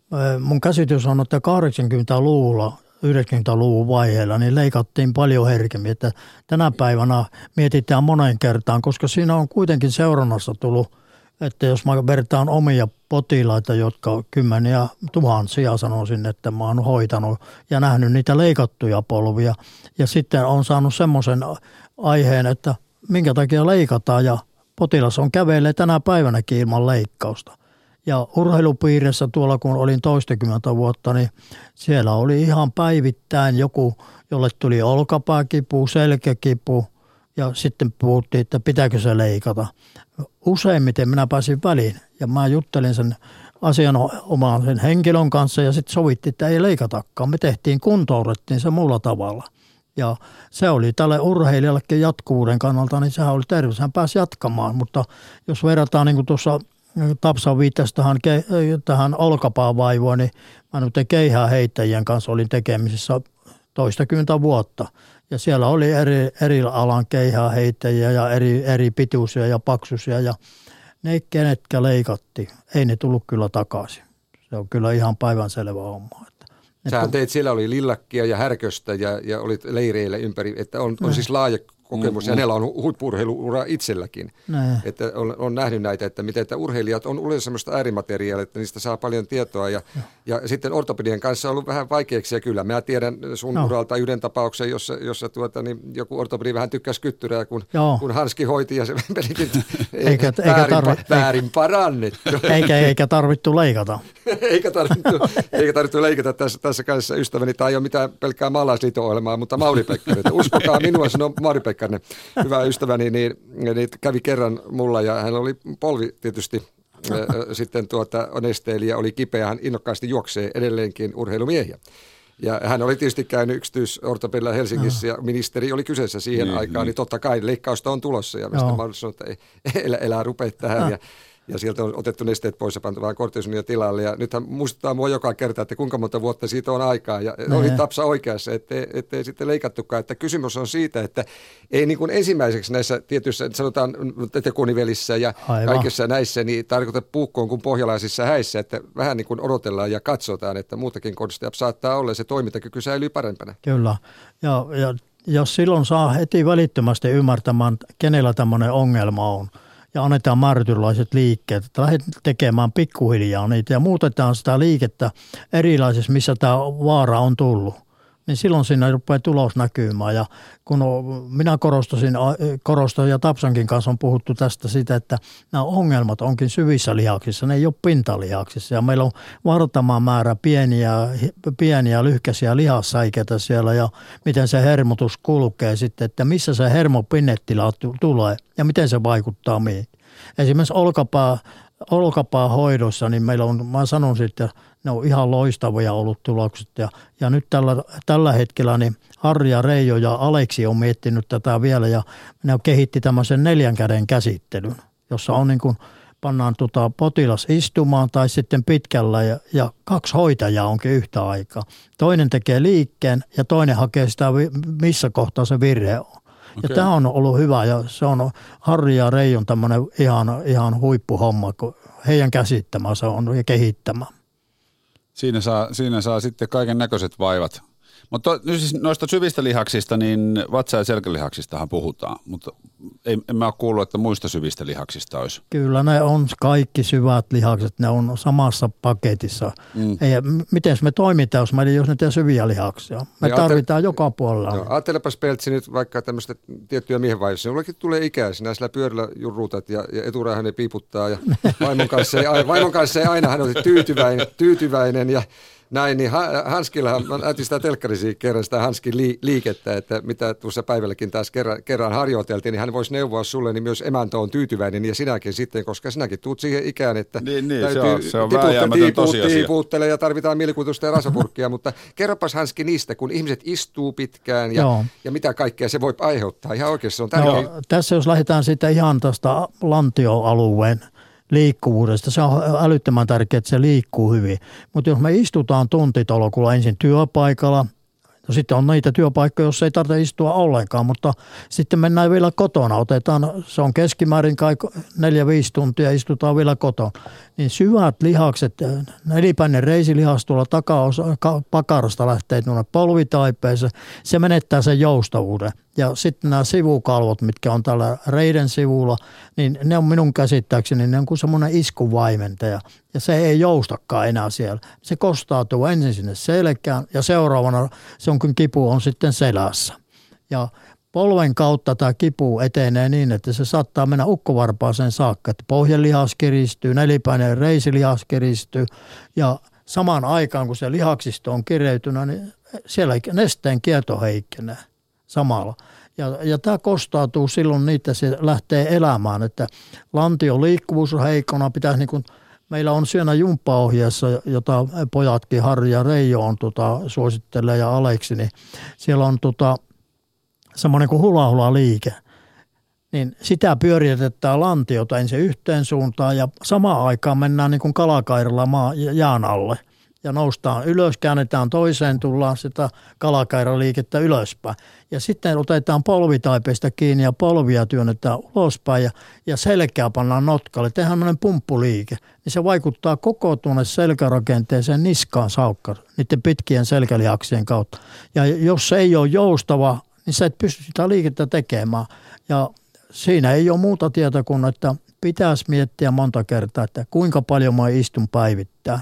mun käsitys on, että kahdeksankymmentäluvulla, yhdeksänkymmentäluvun vaiheella, niin leikattiin paljon herkemmin. Että tänä päivänä mietitään monen kertaan, koska siinä on kuitenkin seurannassa tullut, että jos mä vertaan omia potilaita, jotka kymmeniä tuhansia sanoisin, että mä oon hoitanut ja nähnyt niitä leikattuja polvia. Ja sitten on saanut semmoisen aiheen, että minkä takia leikataan ja potilas on kävelee tänä päivänäkin ilman leikkausta. Ja urheilupiirissä tuolla, kun olin toistakymmentä vuotta, niin siellä oli ihan päivittäin joku, jolle tuli olkapääkipu, selkäkipu ja sitten puhuttiin, että pitääkö se leikata. Useimmiten minä pääsin väliin ja mä juttelin sen asianomaan sen henkilön kanssa ja sitten sovittiin, että ei leikatakaan. Me tehtiin kuntoutettiin se muulla tavalla. Ja se oli tälle urheilijallekin jatkuvuuden kannalta, niin sehän oli terveys. Hän pääsi jatkamaan, mutta jos verrataan niin kuin tuossa Tapsa viittasi tähän, tähän olkapäävaivoon, niin mä nyt keihään heittäjien kanssa olin tekemisissä toistakymmentä vuotta. Ja siellä oli eri, eri alan keihään heittäjiä ja eri, eri pituisia ja paksuisia ja ne, kenetkä leikatti, ei ne tullut kyllä takaisin. Se on kyllä ihan päivänselvä homma. Sähän teit, siellä oli lillakkia ja härköstä ja, ja olit leireillä ympäri, että on, on siis laaja kokemus mm-hmm. ja hänellä on huippu-urheiluura itselläkin. Näin. Että on, on nähnyt näitä, että miten että urheilijat on yleensä sellaista äärimateriaalia, että niistä saa paljon tietoa ja, ja sitten ortopedian kanssa on ollut vähän vaikeaksi ja kyllä mä tiedän sun no. uralta yhden tapauksen, jossa, jossa tuota, niin joku ortopedi vähän tykkäsi kyttyrää, kun, kun Hanski hoiti ja se menikin eikä, väärin, eikä tarvi, väärin parannettu. Eikä, eikä tarvittu leikata. eikä, tarvittu, eikä tarvittu leikata tässä, tässä kanssa ystäväni. Tämä ei ole mitään pelkkää maalaisliito-ohjelmaa, mutta Mauri Pekkarinen. Uskokaa minua, sanoo Mauri Pekkarinen, hyvä ystäväni, niin, niin kävi kerran mulla ja hän oli polvi tietysti äh, sitten tuota nesteili ja oli kipeä. Hän innokkaasti juoksee edelleenkin urheilumiehiä. Ja hän oli tietysti käynyt yksityisortopedillä Helsingissä ja ministeri oli kyseessä siihen niin, aikaan, niin. niin totta kai leikkausta on tulossa. Ja mistä mä sanoin, että ei, elä, elää rupea tähän. Ja, ja sieltä on otettu nesteet pois ja pantu vähän korttisonia tilalle. Ja nythän muistuttaa mua joka kerta, että kuinka monta vuotta siitä on aikaa. Ja ne. Oli Tapsa oikeassa, ettei, ettei sitten leikattukaan. Että kysymys on siitä, että ei niin kuin ensimmäiseksi näissä tietyissä, sanotaan tekonivelissä ja Aivan. kaikissa näissä, niin tarkoita puukkoon kuin pohjalaisissa häissä, että vähän niin kuin odotellaan ja katsotaan, että muutakin konstia saattaa olla ja se toimintakyky säilyy parempana. Kyllä. Ja, ja jos silloin saa heti välittömästi ymmärtämään, kenellä tämmöinen ongelma on, ja annetaan määrätynlaiset liikkeet, että lähdetään tekemään pikkuhiljaa niitä ja muutetaan sitä liikettä erilaisissa, missä tämä vaara on tullut. Niin silloin siinä rupeaa tulos näkymään. Ja kun minä korostasin, korostan ja Tapsankin kanssa on puhuttu tästä sitä, että nämä ongelmat onkin syvissä lihaksissa, ne ei ole pintalihaksissa. Ja meillä on valtava määrä pieniä, pieniä lyhkäisiä lihassäikeitä siellä ja miten se hermotus kulkee sitten, että missä se hermopinnettila tulee ja miten se vaikuttaa mihin. Esimerkiksi olkapää, olkapää hoidossa, niin meillä on, mä sanon sitten, ne on ihan loistavia ollut tulokset. Ja, ja nyt tällä, tällä hetkellä niin Harri ja Reijo ja Aleksi on miettinyt tätä vielä ja ne kehitti tämmöisen neljän käden käsittelyn, jossa on niin kuin pannaan tota potilas istumaan tai sitten pitkällä ja, ja kaksi hoitajaa onkin yhtä aikaa. Toinen tekee liikkeen ja toinen hakee sitä, missä kohtaa se virhe on. Okay. Ja tämä on ollut hyvä ja se on Harri ja Reijon tämmöinen ihan, ihan huippuhomma, kun heidän käsittämä se on ja kehittämä. Siinä saa, siinä saa sitten kaiken näköiset vaivat. Mutta siis noista syvistä lihaksista, niin vatsa- ja selkälihaksistahan puhutaan, mutta ei, en mä ole kuullut, että muista syvistä lihaksista olisi. Kyllä ne on kaikki syvät lihakset, ne on samassa paketissa. Mm. Ei, miten me toimitaan, jos meillä ei ole niitä syviä lihaksia? Me niin tarvitaan ajattel- joka puolella. No, ajattelepas Peltsi nyt vaikka tämmöistä tiettyjä miehenvaiheessa. Sinullakin tulee ikää, sinä sillä pyörällä jurruutat ja, ja eturäähän ne piiputtaa ja vaimon kanssa ei, vaimon kanssa ei aina hän on tyytyväinen, tyytyväinen ja näin, niin Hanskillahan, mä näytin sitä telkkarisia kerran sitä Hanskin liikettä, että mitä tuossa päivälläkin taas kerran, kerran harjoiteltiin, niin hän voisi neuvoa sulle, niin myös emäntä on tyytyväinen ja sinäkin sitten, koska sinäkin tuut siihen ikään, että niin, niin, täytyy se on, se on vääjäämätön tosiasia. Tiipuuttele ja tarvitaan mielikuvitusta ja rasvapurkkia, mutta kerropas Hanski niistä, kun ihmiset istuu pitkään ja, ja mitä kaikkea se voi aiheuttaa. Ihan oikeasti se on tärkeää. No, tässä jos lähdetään sitten ihan tuosta lantioalueen liikkuvuudesta. Se on älyttömän tärkeää, että se liikkuu hyvin. Mutta jos me istutaan tuntitolkulla ensin työpaikalla, no sitten on niitä työpaikkoja, joissa ei tarvitse istua ollenkaan, mutta sitten mennään vielä kotona. Otetaan, se on keskimäärin kai neljä viisi tuntia, istutaan vielä kotona. Niin syvät lihakset, nelipäinen reisilihas tuolla takaosa, pakarasta lähtee tuonne polvitaipeeseen, se menettää sen joustavuuden. Ja sitten nämä sivukalvot, mitkä on täällä reiden sivulla, niin ne on minun käsittääkseni, ne on kuin semmoinen iskuvaimentaja. Ja se ei joustakaan enää siellä. Se kostautuu ensin sinne selkään ja seuraavana se on, kun kipu on sitten selässä. Ja polven kautta tämä kipu etenee niin, että se saattaa mennä ukkovarpaaseen saakka. Että pohjelihas kiristyy, nelipäinen reisilihas kiristyy ja samaan aikaan kun se lihaksisto on kireytynä, niin siellä nesteen kieto heikkenee samalla. Ja, ja tämä kostautuu silloin niitä, se lähtee elämään, että lantion liikkuvuus on heikkona, pitäisi niin kuin, meillä on siinä jumppaohjeessa, jota pojatkin Harri ja Reijo on tota, suosittelee ja Aleksi, niin siellä on tota, semmoinen kuin hula-hula liike. Niin sitä pyöritetään lantiota ensin yhteen suuntaan ja samaan aikaan mennään niin kuin kalakairalla maa, jään alle. Ja noustaan ylös, käännetään toiseen, tullaan sitä kalakairaliikettä ylöspäin. Ja sitten otetaan polvitaipeista kiinni ja polvia työnnetään ulospäin ja, ja selkää pannaan notkalle. Tehdään tämmöinen pumppuliike, niin se vaikuttaa koko tuonne selkärakenteeseen niskaan saukka, niiden pitkien selkälihaksien kautta. Ja jos se ei ole joustava, niin sä et pysty sitä liikettä tekemään. Ja siinä ei ole muuta tietä kuin, että pitäisi miettiä monta kertaa, että kuinka paljon mä istun päivittäin.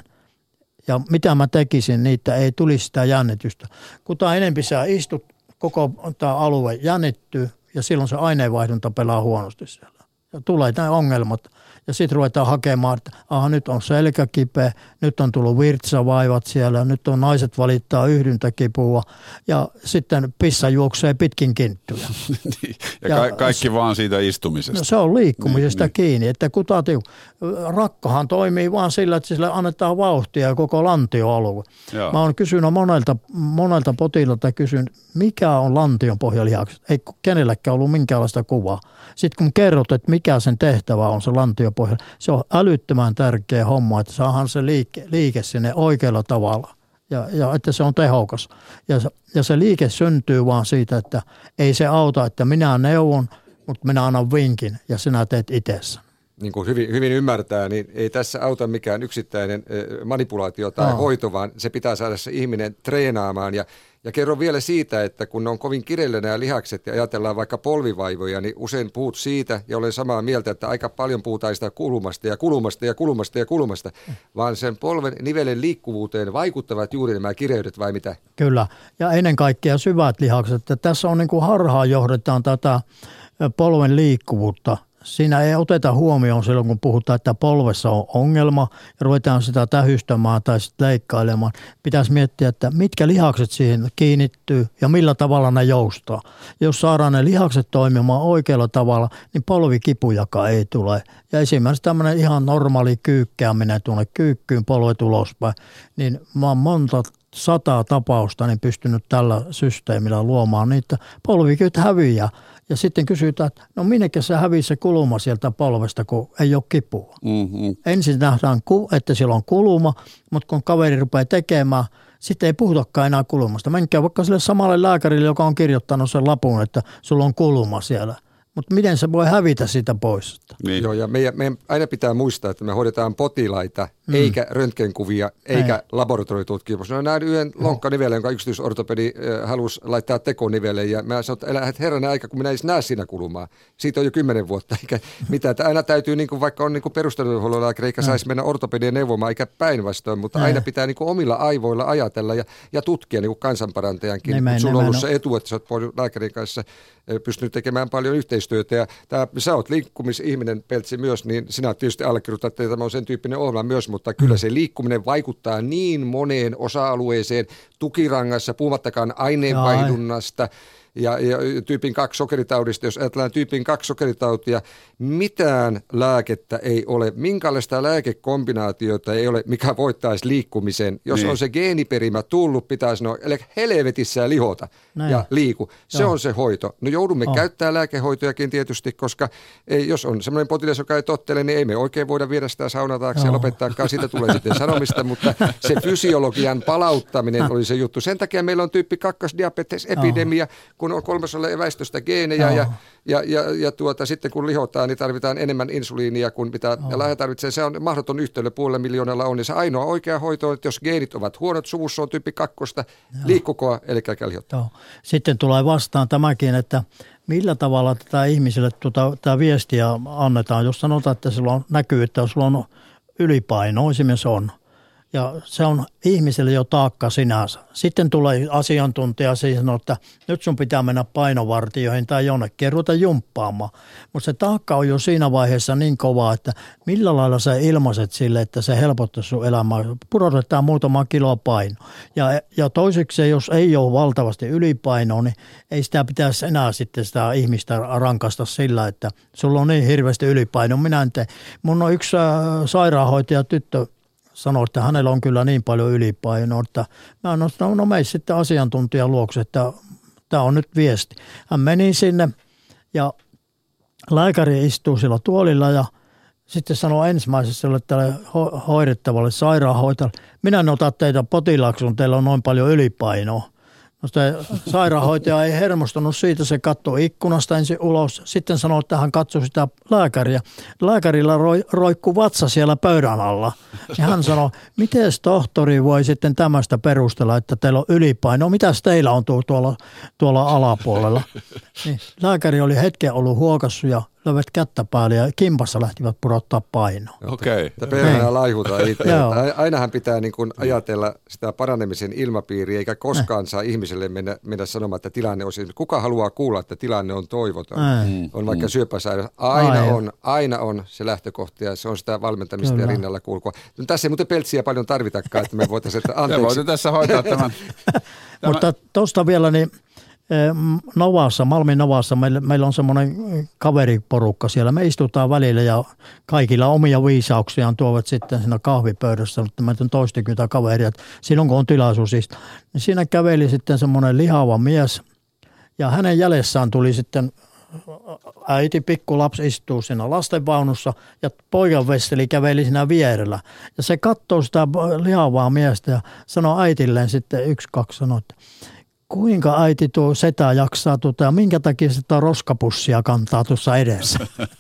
Ja mitä mä tekisin, niitä ei tulisi sitä jännitystä. Kun tämä enempi sä istut, koko tämä alue jännittyy ja silloin se aineenvaihdunta pelaa huonosti siellä. Ja tulee nämä ongelmat. Ja sitten ruvetaan hakemaan, että aha, nyt on selkä kipeä, nyt on tullut virtsavaivat siellä, nyt on naiset valittaa yhdyntäkipua ja sitten pissa juoksee pitkin kinttuja. Niin, ja, ja ka- kaikki vaan siitä istumisesta. No, se on liikkumisesta niin, kiinni, niin. Että kutatiu, rakkohan toimii vaan sillä, että sille annetaan vauhtia ja koko lantioalue. Joo. Mä oon kysynyt monelta, monelta potilailta, kysyn, mikä on lantion pohjalihakset? Ei kenelläkään ollut minkäänlaista kuvaa. Sitten kun kerrot, että mikä sen tehtävä on se lantiopohjalla, se on älyttömän tärkeä homma, että saadaan se liike, liike sinne oikealla tavalla ja, ja että se on tehokas. Ja se, ja se liike syntyy vaan siitä, että ei se auta, että minä neuvon, mutta minä annan vinkin ja sinä teet itsessä. Niin kuin hyvin, hyvin ymmärtää, niin ei tässä auta mikään yksittäinen manipulaatio tai no. hoito, vaan se pitää saada se ihminen treenaamaan. Ja, ja kerron vielä siitä, että kun on kovin kireillä nämä lihakset ja ajatellaan vaikka polvivaivoja, niin usein puhut siitä, ja olen samaa mieltä, että aika paljon puhutaan sitä kulumasta ja kulumasta ja kulumasta ja kulumasta, vaan sen polven nivelen liikkuvuuteen vaikuttavat juuri nämä kireydet vai mitä? Kyllä, ja ennen kaikkea syvät lihakset. Että tässä on niin kuin harhaan johdetaan tätä polven liikkuvuutta. Siinä ei oteta huomioon silloin, kun puhutaan, että polvessa on ongelma ja ruvetaan sitä tähystämään tai sitten leikkailemaan. Pitäisi miettiä, että mitkä lihakset siihen kiinnittyy ja millä tavalla ne joustaa. Jos saadaan ne lihakset toimimaan oikealla tavalla, niin polvikipujakaan ei tule. Ja esimerkiksi tämmöinen ihan normaali kyykkääminen tuonne kyykkyyn, polvet ulospäin, niin mä oon monta sataa tapausta niin pystynyt tällä systeemillä luomaan niitä. Polvikyyt häviää. Ja sitten kysytään, että no minnekä se hävii se kuluma sieltä polvesta, kun ei ole kipua. Mm-hmm. Ensin nähdään, että siellä on kuluma, mutta kun kaveri rupeaa tekemään, sitten ei puhutakaan enää kulumasta. Menkää vaikka sille samalle lääkärille, joka on kirjoittanut sen lapun, että sulla on kuluma siellä. Mutta miten se voi hävitä siitä pois? Niin. Joo, ja meidän, meidän aina pitää muistaa, että me hoidetaan potilaita, mm. eikä röntgenkuvia, eikä ei. laboratoriotutkimusta. No näin yhden lonkkaniveleen, jonka yksityisortopedi äh, halusi laittaa tekonivelle, ja mä sanoin, että herranen aika, kun minä edes näe siinä kulumaa. Siitä on jo kymmenen vuotta, eikä mitään. Että aina täytyy, niin kuin, vaikka on niin perusterveydenhuollon lääkäri, eikä saisi mennä ortopedien neuvomaan, eikä päinvastoin, mutta ei. aina pitää niin kuin omilla aivoilla ajatella ja, ja tutkia niin kuin kansanparantajankin. Mutta sulla on ollut se etu, että sä oot voinut lääkärin kanssa pystynyt tekemään paljon yhteistyötä. Ja tämä, sä oot liikkumisihminen, Peltsi, myös, niin sinä tietysti allekirjoittaa, että tämä on sen tyyppinen ohjelma myös, mutta kyllä se liikkuminen vaikuttaa niin moneen osa-alueeseen tukirangassa, puhumattakaan aineenvaihdunnasta ja, ja tyypin kaksi sokeritaudista. Jos ajatellaan tyypin kaksi sokeritautia, mitään lääkettä ei ole, minkälaista lääkekombinaatiota ei ole, mikä voittaisi liikkumisen. Jos niin. on se geeniperimä tullut, pitäisi no, eli helvetissä lihota Näin. ja liiku. Se Joo. on se hoito. No joudumme oh. käyttämään lääkehoitojakin tietysti, koska ei, jos on semmoinen potilas, joka ei tottele, niin ei me oikein voida viedä sitä saunataaksi ja lopettaakaan. Siitä tulee sitten sanomista, mutta se fysiologian palauttaminen oli se juttu. Sen takia meillä on tyyppi kakkosdiabetesepidemia, oh. kun on kolmasosalle väestöstä geenejä oh. ja, ja, ja, ja tuota, sitten kun lihotaan, niin tarvitaan enemmän insuliinia kuin mitä oh. lääke tarvitsee. Se on mahdoton yhtälö, puolella miljoonalla on. Ja se ainoa oikea hoito on, että jos geenit ovat huonot, suvussa on tyyppi kakkosta, Joo. liikkukoa, eli käykää lihottaa. Joo. Sitten tulee vastaan tämäkin, että millä tavalla tätä ihmisille tuota, tämä viestiä annetaan. Jos sanotaan, että sillä on, näkyy, että sulla on ylipaino, esimerkiksi on. Ja se on ihmiselle jo taakka sinänsä. Sitten tulee asiantuntija siihen sanoo, että nyt sun pitää mennä painovartioihin tai jonnekin ja ruveta jumppaamaan. Mutta se taakka on jo siinä vaiheessa niin kova, että millä lailla sä ilmaiset sille, että se helpottaisi sun elämää. Pudotetaan muutama kilo paino. Ja, ja toiseksi, jos ei ole valtavasti ylipainoa, niin ei sitä pitäisi enää sitten sitä ihmistä rankasta sillä, että sulla on niin hirveästi ylipainoa. Minä en tee. Mun on yksi sairaanhoitaja tyttö, sanoi, että hänellä on kyllä niin paljon ylipainoa, että mä no, no mene sitten asiantuntijan luokse, että tämä on nyt viesti. Hän meni sinne ja lääkäri istuu sillä tuolilla ja sitten sanoi ensimmäiselle tälle ho- hoidettavalle sairaanhoitajalle, minä en ota teitä potilaaksi, kun teillä on noin paljon ylipainoa. No se sairaanhoitaja ei hermostunut siitä, se katsoi ikkunasta ensin ulos, sitten sanoi, että hän katsoi sitä lääkäriä. Lääkärillä roi, roikkui vatsa siellä pöydän alla. Ja hän sanoi, miten tohtori voi sitten tämmöistä perustella, että teillä on ylipaino, mitäs teillä on tuolla, tuolla alapuolella. Niin, lääkäri oli hetken ollut huokassut ja löivät kättä päälle ja kimpassa lähtivät pudottaa painoa. Okei. Okay. Perhana laihuta itse. Ainahan pitää niin kuin ajatella sitä paranemisen ilmapiiriä, eikä koskaan saa ihmiselle mennä, mennä sanomaan, että tilanne on siis. Kuka haluaa kuulla, että tilanne on toivoton? Mm. On vaikka syöpäsairaus. Aina Ai. on, aina on se lähtökohta ja se on sitä valmentamista Kyllä. ja rinnalla kulkua. No, tässä ei muuten peltsiä paljon tarvitakaan, että me voitaisiin, että anteeksi. Me voimme tässä hoitaa tämän. Mutta tuosta vielä niin Novassa, Malmin Novassa, meillä, meillä on semmoinen kaveriporukka siellä. Me istutaan välillä ja kaikilla omia viisauksiaan tuovat sitten siinä kahvipöydässä, mutta meitä on toistakymmentä kaveria. Silloin kun on tilaisuus istua, niin siinä käveli sitten semmoinen lihava mies ja hänen jäljessään tuli sitten äiti, pikkulapsi istuu siinä lastenvaunussa ja poikan vesseli käveli siinä vierellä. Ja se katsoo sitä lihavaa miestä ja sanoo äitilleen sitten yksi, kaksi sanoo, että kuinka äiti tuo setä jaksaa tuota ja minkä takia sitä roskapussia kantaa tuossa edessä?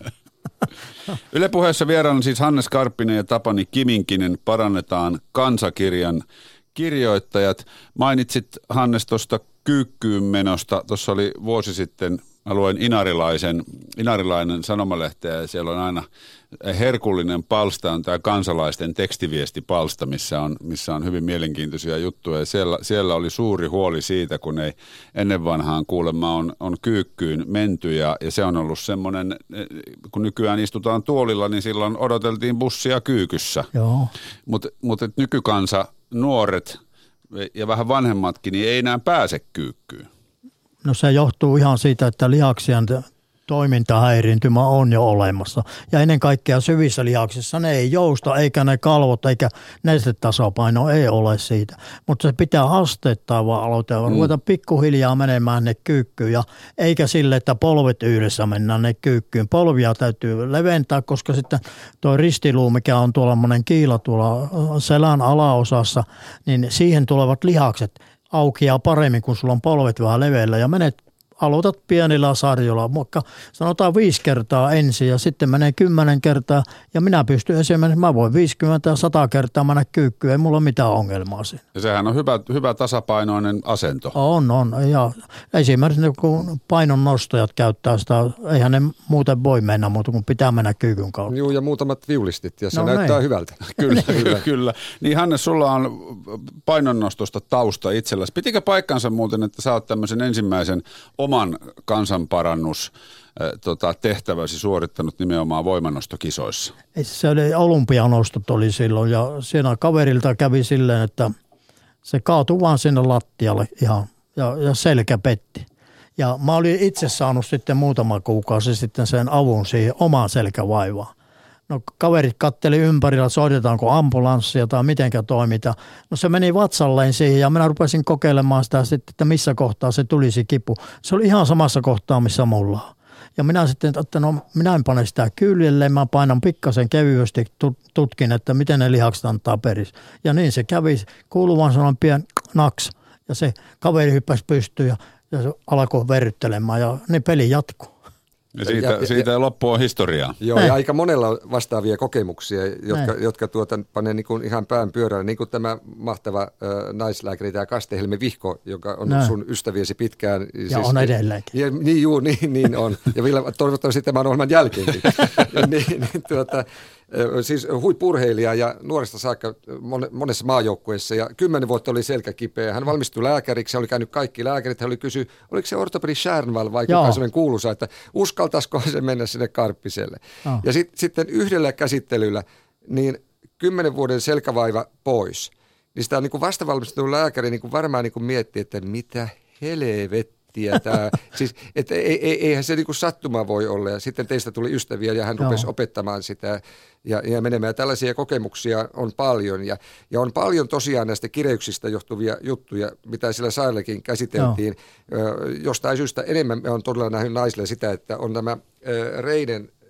Yle Puheessa vieraana siis Hannes Karppinen ja Tapani Kiminkinen, Parannetaan kansakirjan kirjoittajat. Mainitsit Hannes tuosta kyykkyyn menosta. Tuossa oli vuosi sitten, mä luin Inarilaisen, Inarilainen sanomalehteä ja siellä on aina herkullinen palsta, on tämä kansalaisten tekstiviestipalsta, missä on, missä on hyvin mielenkiintoisia juttuja. Ja siellä, siellä oli suuri huoli siitä, kun ei ennen vanhaan kuulemma on, on kyykkyyn menty ja, ja se on ollut semmoinen, kun nykyään istutaan tuolilla, niin silloin odoteltiin bussia kyykyssä. Mutta mut, nykykansa, nuoret ja vähän vanhemmatkin, niin ei enää pääse kyykkyyn. No se johtuu ihan siitä, että lihaksien toimintahäiriintymä on jo olemassa. Ja ennen kaikkea syvissä lihaksissa ne ei jousta, eikä ne kalvot, eikä nestetasapaino ei ole siitä. Mutta se pitää asteittain vaan aloitella, mm. ruveta pikkuhiljaa menemään ne kyykkyyn. Ja eikä sille, että polvet yhdessä mennään ne kyykkyyn. Polvia täytyy leventää, koska sitten tuo ristiluu, mikä on tuollainen kiila tuolla selän alaosassa, niin siihen tulevat lihakset aukeaa paremmin, kun sulla on polvet vähän leveillä ja menet, aloitat pienillä sarjoilla, vaikka sanotaan viisi kertaa ensin ja sitten menee kymmenen kertaa ja minä pystyn esimerkiksi, mä voin viisikymmentä ja sata kertaa mennä kyykkyyn, ei mulla ole mitään ongelmaa siinä. Ja sehän on hyvä, hyvä tasapainoinen asento. On, on ja esimerkiksi kun painonnostajat käyttää sitä, eihän ne muuten voi mennä, mutta kun pitää mennä kyykyn kautta. Joo ja muutamat viulistit ja se no näyttää niin. hyvältä. Kyllä, kyllä, kyllä. Niin Hannes, sulla on painonnostosta tausta itselläsi. Pitikö paikkansa muuten, että sä oot tämmöisen ensimmäisen oman kansanparannus tota, tehtäväsi suorittanut nimenomaan voimannostokisoissa? Se oli olympianostot oli silloin ja siinä kaverilta kävi silleen, että se kaatui vaan sinne lattialle ihan ja, ja selkä petti. Ja mä olin itse saanut sitten muutama kuukausi sitten sen avun siihen omaan selkävaivaan. No kaverit katteli ympärillä, soitetaanko ambulanssia tai mitenkä toimitaan. No se meni vatsalleen siihen ja minä rupesin kokeilemaan sitä sitten, että missä kohtaa se tulisi kipu. Se oli ihan samassa kohtaa, missä mulla on. Ja minä sitten, että no minä en pane sitä kyljelle, mä painan pikkasen kevyesti, tutkin, että miten ne lihakset antaa peris. Ja niin se kävi, kuuluvan sanon pien naks. Ja se kaveri hyppäsi pystyyn ja, ja se alkoi verryttelemään ja niin peli jatkuu. Ja siitä, ja, siitä ja, loppu on historiaa. Joo, ja aika monella on vastaavia kokemuksia, jotka, jotka tuota, panee niin kuin ihan pään pyörällä. Niin kuin tämä mahtava äh, naislääkäri, tämä Kaste Helmi Vihko, joka on Näin. sun ystäviesi pitkään. Ja siis, on edelleenkin. Ja, niin, juu, niin, niin on. Ja vielä toivottavasti tämän ohjelman jälkeenkin. niin, niin, tuota, siis huippurheilija ja nuoresta saakka monessa maajoukkueessa ja kymmenen vuotta oli selkä kipeä. Hän valmistui lääkäriksi, hän oli käynyt kaikki lääkärit. Hän oli kysynyt, oliko se ortopedi Schärnvall vai kuka sellainen kuuluisa, että uskaltaisiko se mennä sinne Karppiselle. Oh. Ja sit, sitten yhdellä käsittelyllä niin kymmenen vuoden selkävaiva pois. Niin sitä niin kuin vastavalmistunut lääkäri niin kuin varmaan niin kuin miettii, että mitä helvettiä. Tämä. Siis, että eihän se niin kuin sattuma voi olla. Ja sitten teistä tuli ystäviä ja hän rupesi Joo. opettamaan sitä ja, ja menemään. Ja tällaisia kokemuksia on paljon. Ja, ja on paljon tosiaan näistä kireyksistä johtuvia juttuja, mitä sillä sairaalakin käsiteltiin. Joo. Jostain syystä enemmän me on todella nähnyt naisille sitä, että on nämä reiden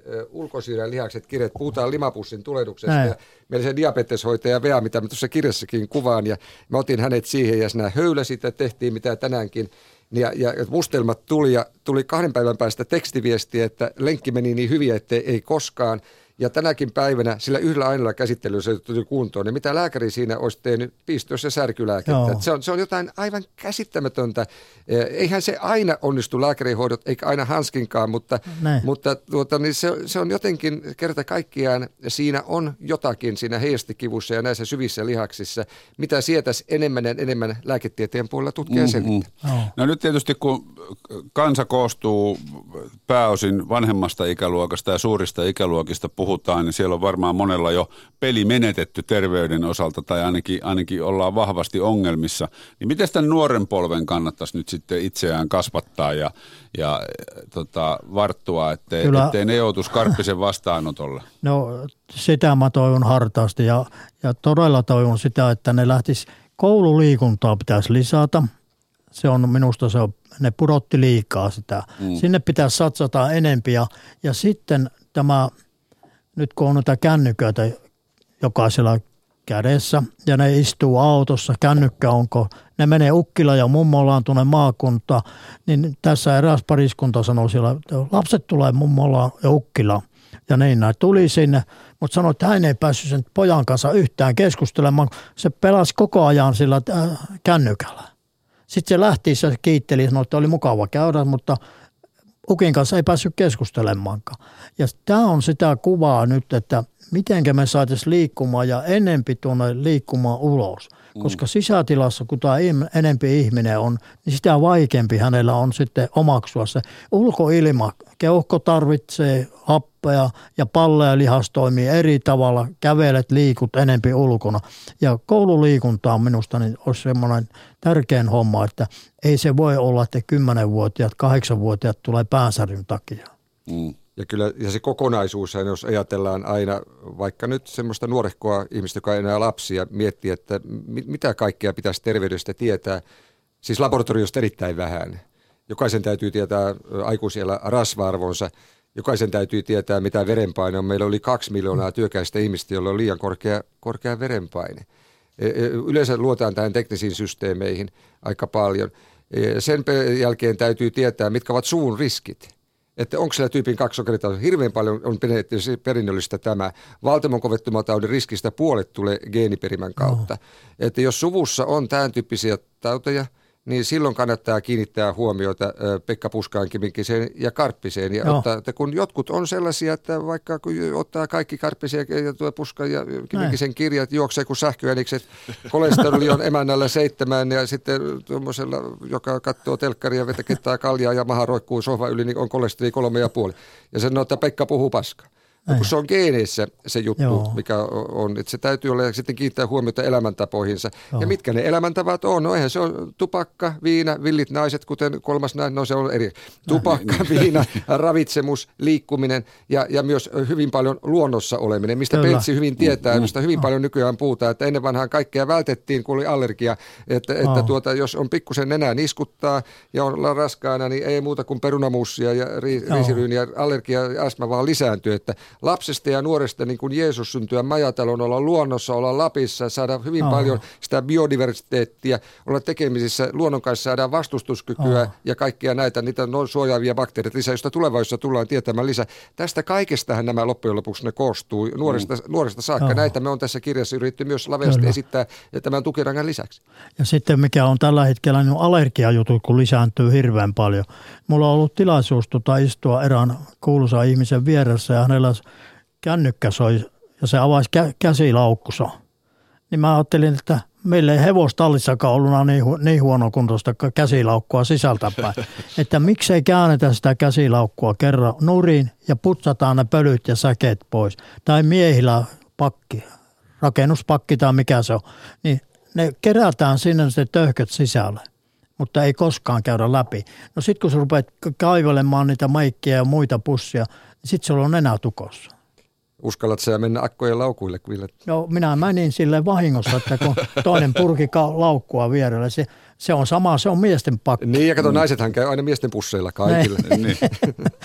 ulkosydän lihakset kireet. Puhutaan limapussin tulehduksesta. Ja meillä se diabeteshoitaja Vea, mitä mä tuossa kirjassakin kuvaan, ja mä otin hänet siihen ja sinä höyläsit ja tehtiin mitä tänäänkin. Ja, ja mustelmat tuli ja tuli kahden päivän päästä tekstiviestiä, että lenkki meni niin hyvin, että ei koskaan. Ja tänäkin päivänä sillä yhdellä ainoalla käsittelyllä se tuli kuntoon. Ja mitä lääkäri siinä olisi tehnyt? Pistoos- ja särkylääkettä. Se on, se on jotain aivan käsittämätöntä. Eihän se aina onnistu lääkärihoidot, eikä aina hanskinkaan, mutta, mutta tuota, niin se, se on jotenkin kerta kaikkiaan, siinä on jotakin siinä heijastikivussa ja näissä syvissä lihaksissa, mitä sietäisi enemmän ja enemmän lääketieteen puolella tutkia ja selvittää. Mm-hmm. No nyt tietysti kun kansa koostuu pääosin vanhemmasta ikäluokasta ja suurista ikäluokista puhutaan, niin siellä on varmaan monella jo peli menetetty terveyden osalta tai ainakin, ainakin ollaan vahvasti ongelmissa. Niin miten tämän nuoren polven kannattaisi nyt sitten itseään kasvattaa ja, ja tota, varttua, ettei, ettei ne joutuisi Karppisen vastaanotolle? No sitä mä toivon hartaasti ja, ja todella toivon sitä, että ne lähtis koululiikuntaa pitäisi lisätä. Se on minusta se on, ne pudotti liikaa sitä. Mm. Sinne pitäisi satsata enempiä ja sitten tämä nyt kun on noita kännyköitä jokaisella kädessä ja ne istuu autossa, kännykkä onko, ne menee Ukkila ja mummolaan tuonne maakuntaan, niin tässä eräs pariskunta sanoi siellä, että lapset tulee mummolaan ja Ukkilaan. Ja niin näin tuli sinne, mutta sanoi, että hän ei päässyt sen pojan kanssa yhtään keskustelemaan, se pelasi koko ajan sillä äh, kännykällä. Sitten se lähti, se kiitteli ja sanoi, että oli mukava käydä, mutta Ukin kanssa ei päässyt keskustelemaankaan. Ja tämä on sitä kuvaa nyt, että mitenkä me saataisiin liikkumaan ja enempi tuonne liikkumaan ulos. Mm. Koska sisätilassa, kun tämä enempi ihminen on, niin sitä vaikeampi hänellä on sitten omaksua se ulkoilma. Keuhko tarvitsee happea ja pallo ja lihas toimii eri tavalla. Kävelet, liikut enempi ulkona. Ja koululiikunta on minusta niin olisi semmoinen tärkein homma, että ei se voi olla, että kymmenvuotiaat, kahdeksanvuotiaat tulee päänsäryn takia. Mm. Ja kyllä ja se kokonaisuus, jos ajatellaan aina vaikka nyt semmoista nuorehkoa ihmistä, joka ei enää lapsia, miettiä, että mitä kaikkea pitäisi terveydestä tietää. Siis laboratoriosta erittäin vähän. Jokaisen täytyy tietää aikuisella rasva-arvonsa. Jokaisen täytyy tietää, mitä verenpaine on. Meillä oli kaksi miljoonaa työkäistä ihmistä, joilla on liian korkea, korkea verenpaine. Yleensä luotaan tähän teknisiin systeemeihin aika paljon. Sen jälkeen täytyy tietää, mitkä ovat suun riskit. Että onko siellä tyypin kaksi sokerita, hirveän paljon on perinnöllistä tämä. Valtimon kovettumataudin riskistä puolet tulee geeniperimän kautta. Oh. Että jos suvussa on tämän tyyppisiä tauteja, niin silloin kannattaa kiinnittää huomiota Pekka Puskaankiminkin ja Karppiseen. Ja ottaa, että kun jotkut on sellaisia, että vaikka kun ottaa kaikki Karppisen ja tuo Puskan ja Kiminkisen kirjat, juoksee kuin sähköänikset, kolesteroli on emännällä seitsemän ja sitten tuommoisella, joka katsoo telkkaria, vetäkettää kaljaa ja maha roikkuu sohva yli, niin on kolesteroli kolme ja puoli. Ja sanoo, että Pekka puhuu paskaa. No, kun se on geeneissä se juttu, Joo. mikä on, että se täytyy olla ja sitten kiinnittää huomiota elämäntapoihinsa. Joo. Ja mitkä ne elämäntavat on? No eihän se on tupakka, viina, villit naiset, kuten kolmas nainen, no se on eri. Tupakka, viina, ravitsemus, liikkuminen ja, ja myös hyvin paljon luonnossa oleminen, mistä Kyllä. Peltsi hyvin tietää, mistä hyvin paljon nykyään puhutaan, että ennen vanhaan kaikkea vältettiin, kun oli allergia, että, että tuota, jos on pikkusen nenää niskuttaa ja on raskaana, niin ei muuta kuin perunamussia ja ri, riisiryyniä, allergia ja astma vaan lisääntyy, että lapsesta ja nuoresta niin kuin Jeesus syntyä majatalon, olla luonnossa, olla Lapissa, saada hyvin oh. paljon sitä biodiversiteettiä, olla tekemisissä luonnon kanssa, saadaan vastustuskykyä oh. ja kaikkia näitä, niitä noin suojaavia bakteereita lisää, joista tulevaisuudessa tullaan tietämään lisää. Tästä kaikestahan nämä loppujen lopuksi ne koostuu nuoresta, mm. nuoresta saakka. Oh. Näitä me on tässä kirjassa yritetty myös laveasti Kyllä. esittää ja tämän tukirangan lisäksi. Ja sitten mikä on tällä hetkellä, niin allergiajutut, kun lisääntyy hirveän paljon. Mulla on ollut tilaisuus tuota istua erään kuuluisan ihmisen vieressä ja hänellä kännykkä soi ja se avasi kä- käsilaukkunsa. Niin mä ajattelin, että meillä ei hevostallissakaan ollut niin, hu- niin huonokuntoista käsilaukkua sisältäpäin. Että miksei käännetä sitä käsilaukkua kerran nurin ja putsataan ne pölyt ja säkeet pois. Tai miehillä pakki, rakennuspakki tai mikä se on. Niin ne kerätään sinne sitten töyhköt sisälle, mutta ei koskaan käydä läpi. No sit kun sä rupeat kaivelemaan niitä maikkia ja muita pussia, niin sit sulla on nenä tukossa. Uskallat sä mennä akkojen laukuille, Ville? No minä menin sille vahingossa, että kun toinen purki laukkua vierellä, se, se on sama, se on miesten pakki. Niin ja kato, mm. naisethan käy aina miesten pusseilla kaikille. niin.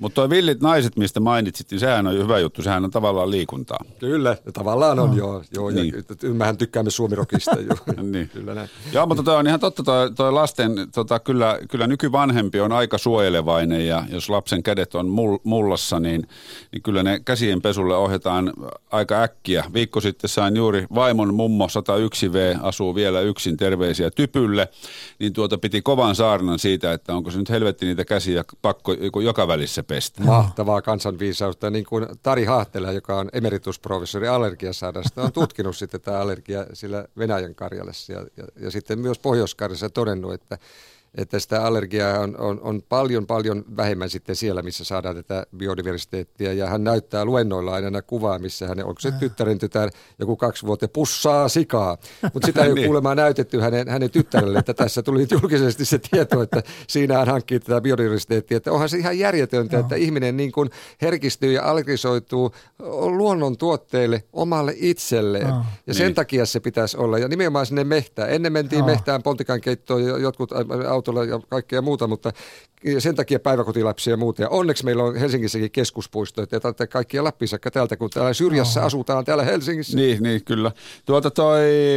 Mutta tuo villit naiset, mistä mainitsit, niin sehän on hyvä juttu. Sehän on tavallaan liikuntaa. Kyllä, tavallaan on, no. joo. joo niin. ja, mehän tykkäämme suomirokista. Jo. niin. Kyllä näin. Joo, mutta toi on ihan totta. Toi, toi lasten, tota, kyllä, kyllä nykyvanhempi on aika suojelevainen ja jos lapsen kädet on mullassa, niin, niin kyllä ne käsien pesulle ohjataan aika äkkiä. Viikko sitten sain juuri vaimon mummo sata yksi vuotias, asuu vielä yksin, terveisiä Typylle, niin tuota piti kovan saarnan siitä, että onko se nyt helvetti niitä käsiä pakko joka välissä pestä. Mahtavaa kansanviisautta, niin kuin Tari Haahtelä, joka on emeritusprofessori allergiasairaalasta, on tutkinut sitten tämä allergia sillä Venäjän Karjalassa ja, ja, ja sitten myös Pohjois-Karjalassa todennut, että että sitä allergiaa on, on, on paljon, paljon vähemmän sitten siellä, missä saadaan tätä biodiversiteettiä. Ja hän näyttää luennoilla aina kuvaa, missä hän, onko se tyttären tytär, joku kaksi vuotta, pussaa sikaa. Mutta sitä ei ole kuulemma näytetty hänen, hänen tyttärelle, että tässä tuli julkisesti se tieto, että siinä hän hankkii tätä biodiversiteettiä. Että onhan se ihan järjetöntä, että ihminen niin kuin herkistyy ja allergisoituu luonnon tuotteille omalle itselleen. Ja niin. Sen takia se pitäisi olla. Ja nimenomaan sinne mehtään. Ennen mentiin mehtään pontikan keittoon ja jotkut autolla ja kaikkea muuta, mutta sen takia päiväkotilapsia ja muuta. Ja onneksi meillä on Helsingissäkin keskuspuisto, että täältä kaikkia Lappiin saakka täältä, kun täällä syrjässä Oho. asutaan täällä Helsingissä. Niin, niin kyllä. Tuota toi,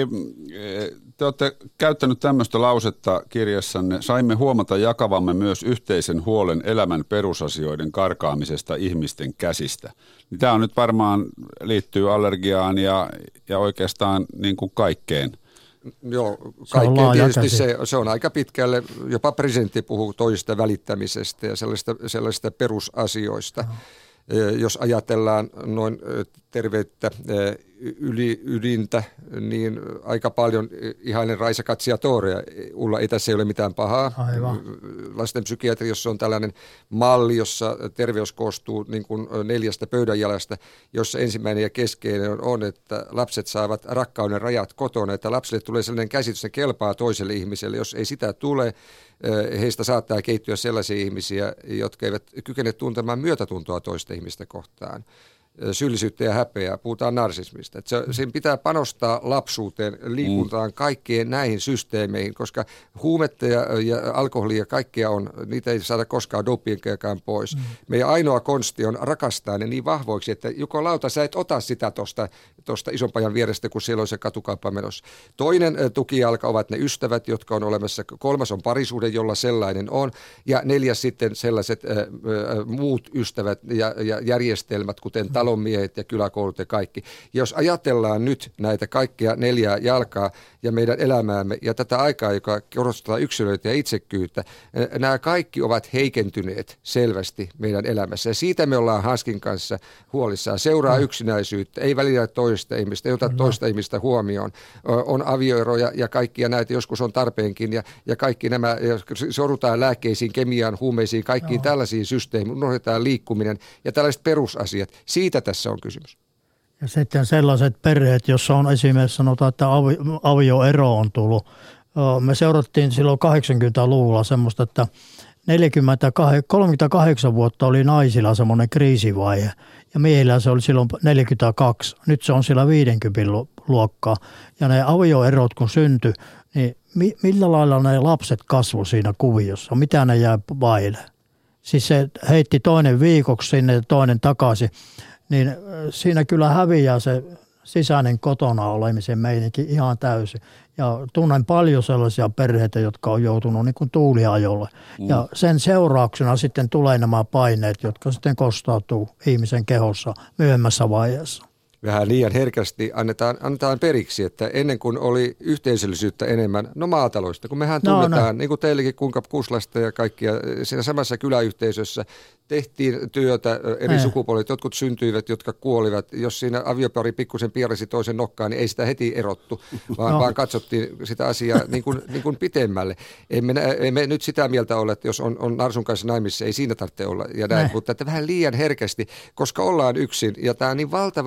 te olette käyttänyt tämmöistä lausetta kirjassanne. Saimme huomata jakavamme myös yhteisen huolen elämän perusasioiden karkaamisesta ihmisten käsistä. Niin tämä on nyt varmaan liittyy allergiaan ja, ja oikeastaan niin kuin kaikkeen. Joo, kaikkeen tietysti se, se on aika pitkälle, jopa presidentti puhuu toisesta välittämisestä ja sellaista, sellaista perusasioista. No. Jos ajatellaan noin terveyttä yli, ydintä, niin aika paljon ihainen Raisa Katsiatorea. Ulla, ei tässä ei ole mitään pahaa. Aivan. Lastenpsykiatriassa on tällainen malli, jossa terveys koostuu niin kuin neljästä pöydänjalasta, jossa ensimmäinen ja keskeinen on, on, että lapset saavat rakkauden rajat kotona, että lapsille tulee sellainen käsitys, että kelpaa toiselle ihmiselle. Jos ei sitä tule, heistä saattaa kehittyä sellaisia ihmisiä, jotka eivät kykene tuntemaan myötätuntoa toista ihmistä kohtaan. Syyllisyyttä ja häpeää, puhutaan narsismista. Että se, sen pitää panostaa lapsuuteen, liikuntaan, kaikkeen näihin systeemeihin, koska huumetta ja, ja alkoholia ja kaikkea on, niitä ei saada koskaan dopingiakaan pois. Mm. Meidän ainoa konsti on rakastaa ne niin vahvoiksi, että joko lauta, sä et ota sitä tuosta tosta isonpajan vierestä, kun siellä on se katukauppa menossa. Toinen tukijalka ovat ne ystävät, jotka on olemassa. Kolmas on parisuhde, jolla sellainen on. Ja neljäs sitten sellaiset äh, äh, muut ystävät ja, ja järjestelmät, kuten talonmiehet ja kyläkoulut ja kaikki. Jos ajatellaan nyt näitä kaikkia neljää jalkaa ja meidän elämäämme ja tätä aikaa, joka korostaa yksilöitä ja itsekkyyttä, nämä kaikki ovat heikentyneet selvästi meidän elämässä. Ja siitä me ollaan Hanskin kanssa huolissaan. Seuraa yksinäisyyttä, ei välitä toista ihmistä, ei ota toista ihmistä huomioon. On avioeroja ja kaikkia näitä, joskus on tarpeenkin ja, ja kaikki nämä, sorrutaan lääkkeisiin, kemiaan, huumeisiin, kaikkiin tällaisiin systeemiin, unohdetaan liikkuminen ja tällaiset perusasiat. Siitä tässä on kysymys. Ja sitten sellaiset perheet, jossa on esimerkiksi sanotaan, että avioero on tullut. Me seurattiin silloin kahdeksankymmentäluvulla semmoista, että neljäkymmentäkahdeksan, kolmekymmentäkahdeksan vuotta oli naisilla semmoinen kriisivaihe ja miehillä se oli silloin neljäkymmentäkaksi. Nyt se on siellä viidenkymmenen luokkaa ja ne avioerot kun syntyi, niin millä lailla ne lapset kasvoi siinä kuviossa? Mitä ne jäi vaille? Siis se heitti toinen viikoksi sinne ja toinen takaisin, niin siinä kyllä häviää se sisäinen kotona olemisen meininki ihan täysin. Ja tunnen paljon sellaisia perheitä, jotka on joutunut niin kuin tuuliajolle. Mm. Ja sen seurauksena sitten tulee nämä paineet, jotka sitten kostautuu ihmisen kehossa myöhemmässä vaiheessa. Vähän liian herkästi annetaan, annetaan periksi, että ennen kuin oli yhteisöllisyyttä enemmän, no maataloista, kun mehän tunnetaan, no, no. niin kuin teillekin kuinka Kuslasta ja kaikkia, siinä samassa kyläyhteisössä tehtiin työtä eri ei. sukupuolet, jotkut syntyivät, jotka kuolivat. Jos siinä aviopari pikkusen piirasi toisen nokkaan, niin ei sitä heti erottu, vaan, no. vaan katsottiin sitä asiaa niin kuin, niin kuin pitemmälle. Emme, emme nyt sitä mieltä ole, että jos on, on narsun kanssa naimissa, ei siinä tarvitse olla ja näin, mutta että vähän liian herkästi, koska ollaan yksin ja tämä on niin valtava rakennemuutos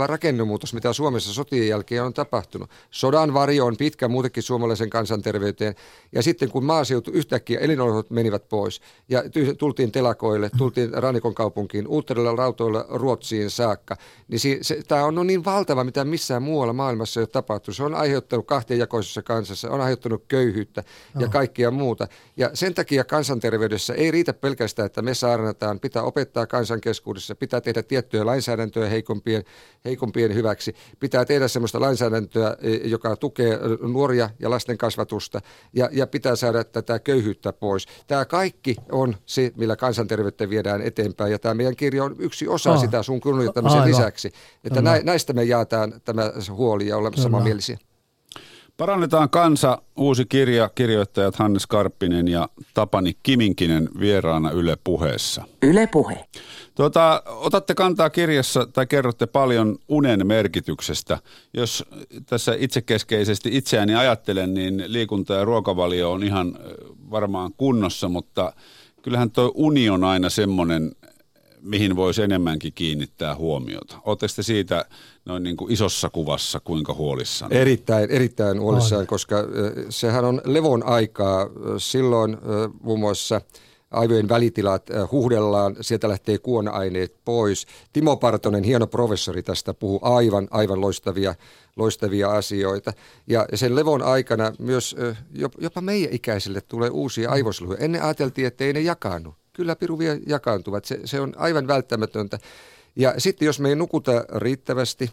ilmastonmuutos, mitä Suomessa sotien jälkeen on tapahtunut. Sodan varjo on pitkä muutenkin suomalaisen kansanterveyteen. Ja sitten kun maaseutu yhtäkkiä elinolot menivät pois ja tultiin telakoille, tultiin rannikon kaupunkiin, Uutterille, Rautoille, Ruotsiin saakka, niin se, se, tämä on niin valtava, mitä missään muualla maailmassa ei ole tapahtunut. Se on aiheuttanut kahtiajakoisessa kansassa, on aiheuttanut köyhyyttä ja Joo. kaikkia muuta. Ja sen takia kansanterveydessä ei riitä pelkästään, että me saarnataan, pitää opettaa kansan keskuudessa, pitää tehdä tiettyä lainsäädäntöä heikompien, heikompien hyväksi, pitää tehdä sellaista lainsäädäntöä, joka tukee nuoria ja lasten kasvatusta ja, ja pitää saada tätä köyhyyttä pois. Tämä kaikki on se, millä kansanterveyttä viedään eteenpäin ja tämä meidän kirja on yksi osa Aa. sitä sun kunnioittamisen Aivan. lisäksi, että nä, näistä me jaetaan tämä huoli ja olemme samanmielisiä. Parannetaan kansa, uusi kirja, kirjoittajat Hannes Karppinen ja Tapani Kiminkinen vieraana Yle Puheessa. Yle Puhe. Tuota, otatte kantaa kirjassa tai kerrotte paljon unen merkityksestä. Jos tässä itsekeskeisesti itseäni ajattelen, niin liikunta ja ruokavalio on ihan varmaan kunnossa, mutta kyllähän tuo uni on aina semmoinen, mihin voisi enemmänkin kiinnittää huomiota. Oletteko te siitä noin niin kuin isossa kuvassa kuinka huolissaan? Erittäin, erittäin huolissaan, koska sehän on levon aikaa. Silloin muun muassa aivojen välitilat huuhdellaan, sieltä lähtee kuona-aineet pois. Timo Partonen, hieno professori, tästä puhuu aivan, aivan loistavia, loistavia asioita. Ja sen levon aikana myös jopa meidän ikäisille tulee uusia aivosoluja. Ennen ajateltiin, että ei ne jakaannu. Kyllä piru vielä jakaantuvat. Se, se on aivan välttämätöntä. Ja sitten jos me ei nukuta riittävästi,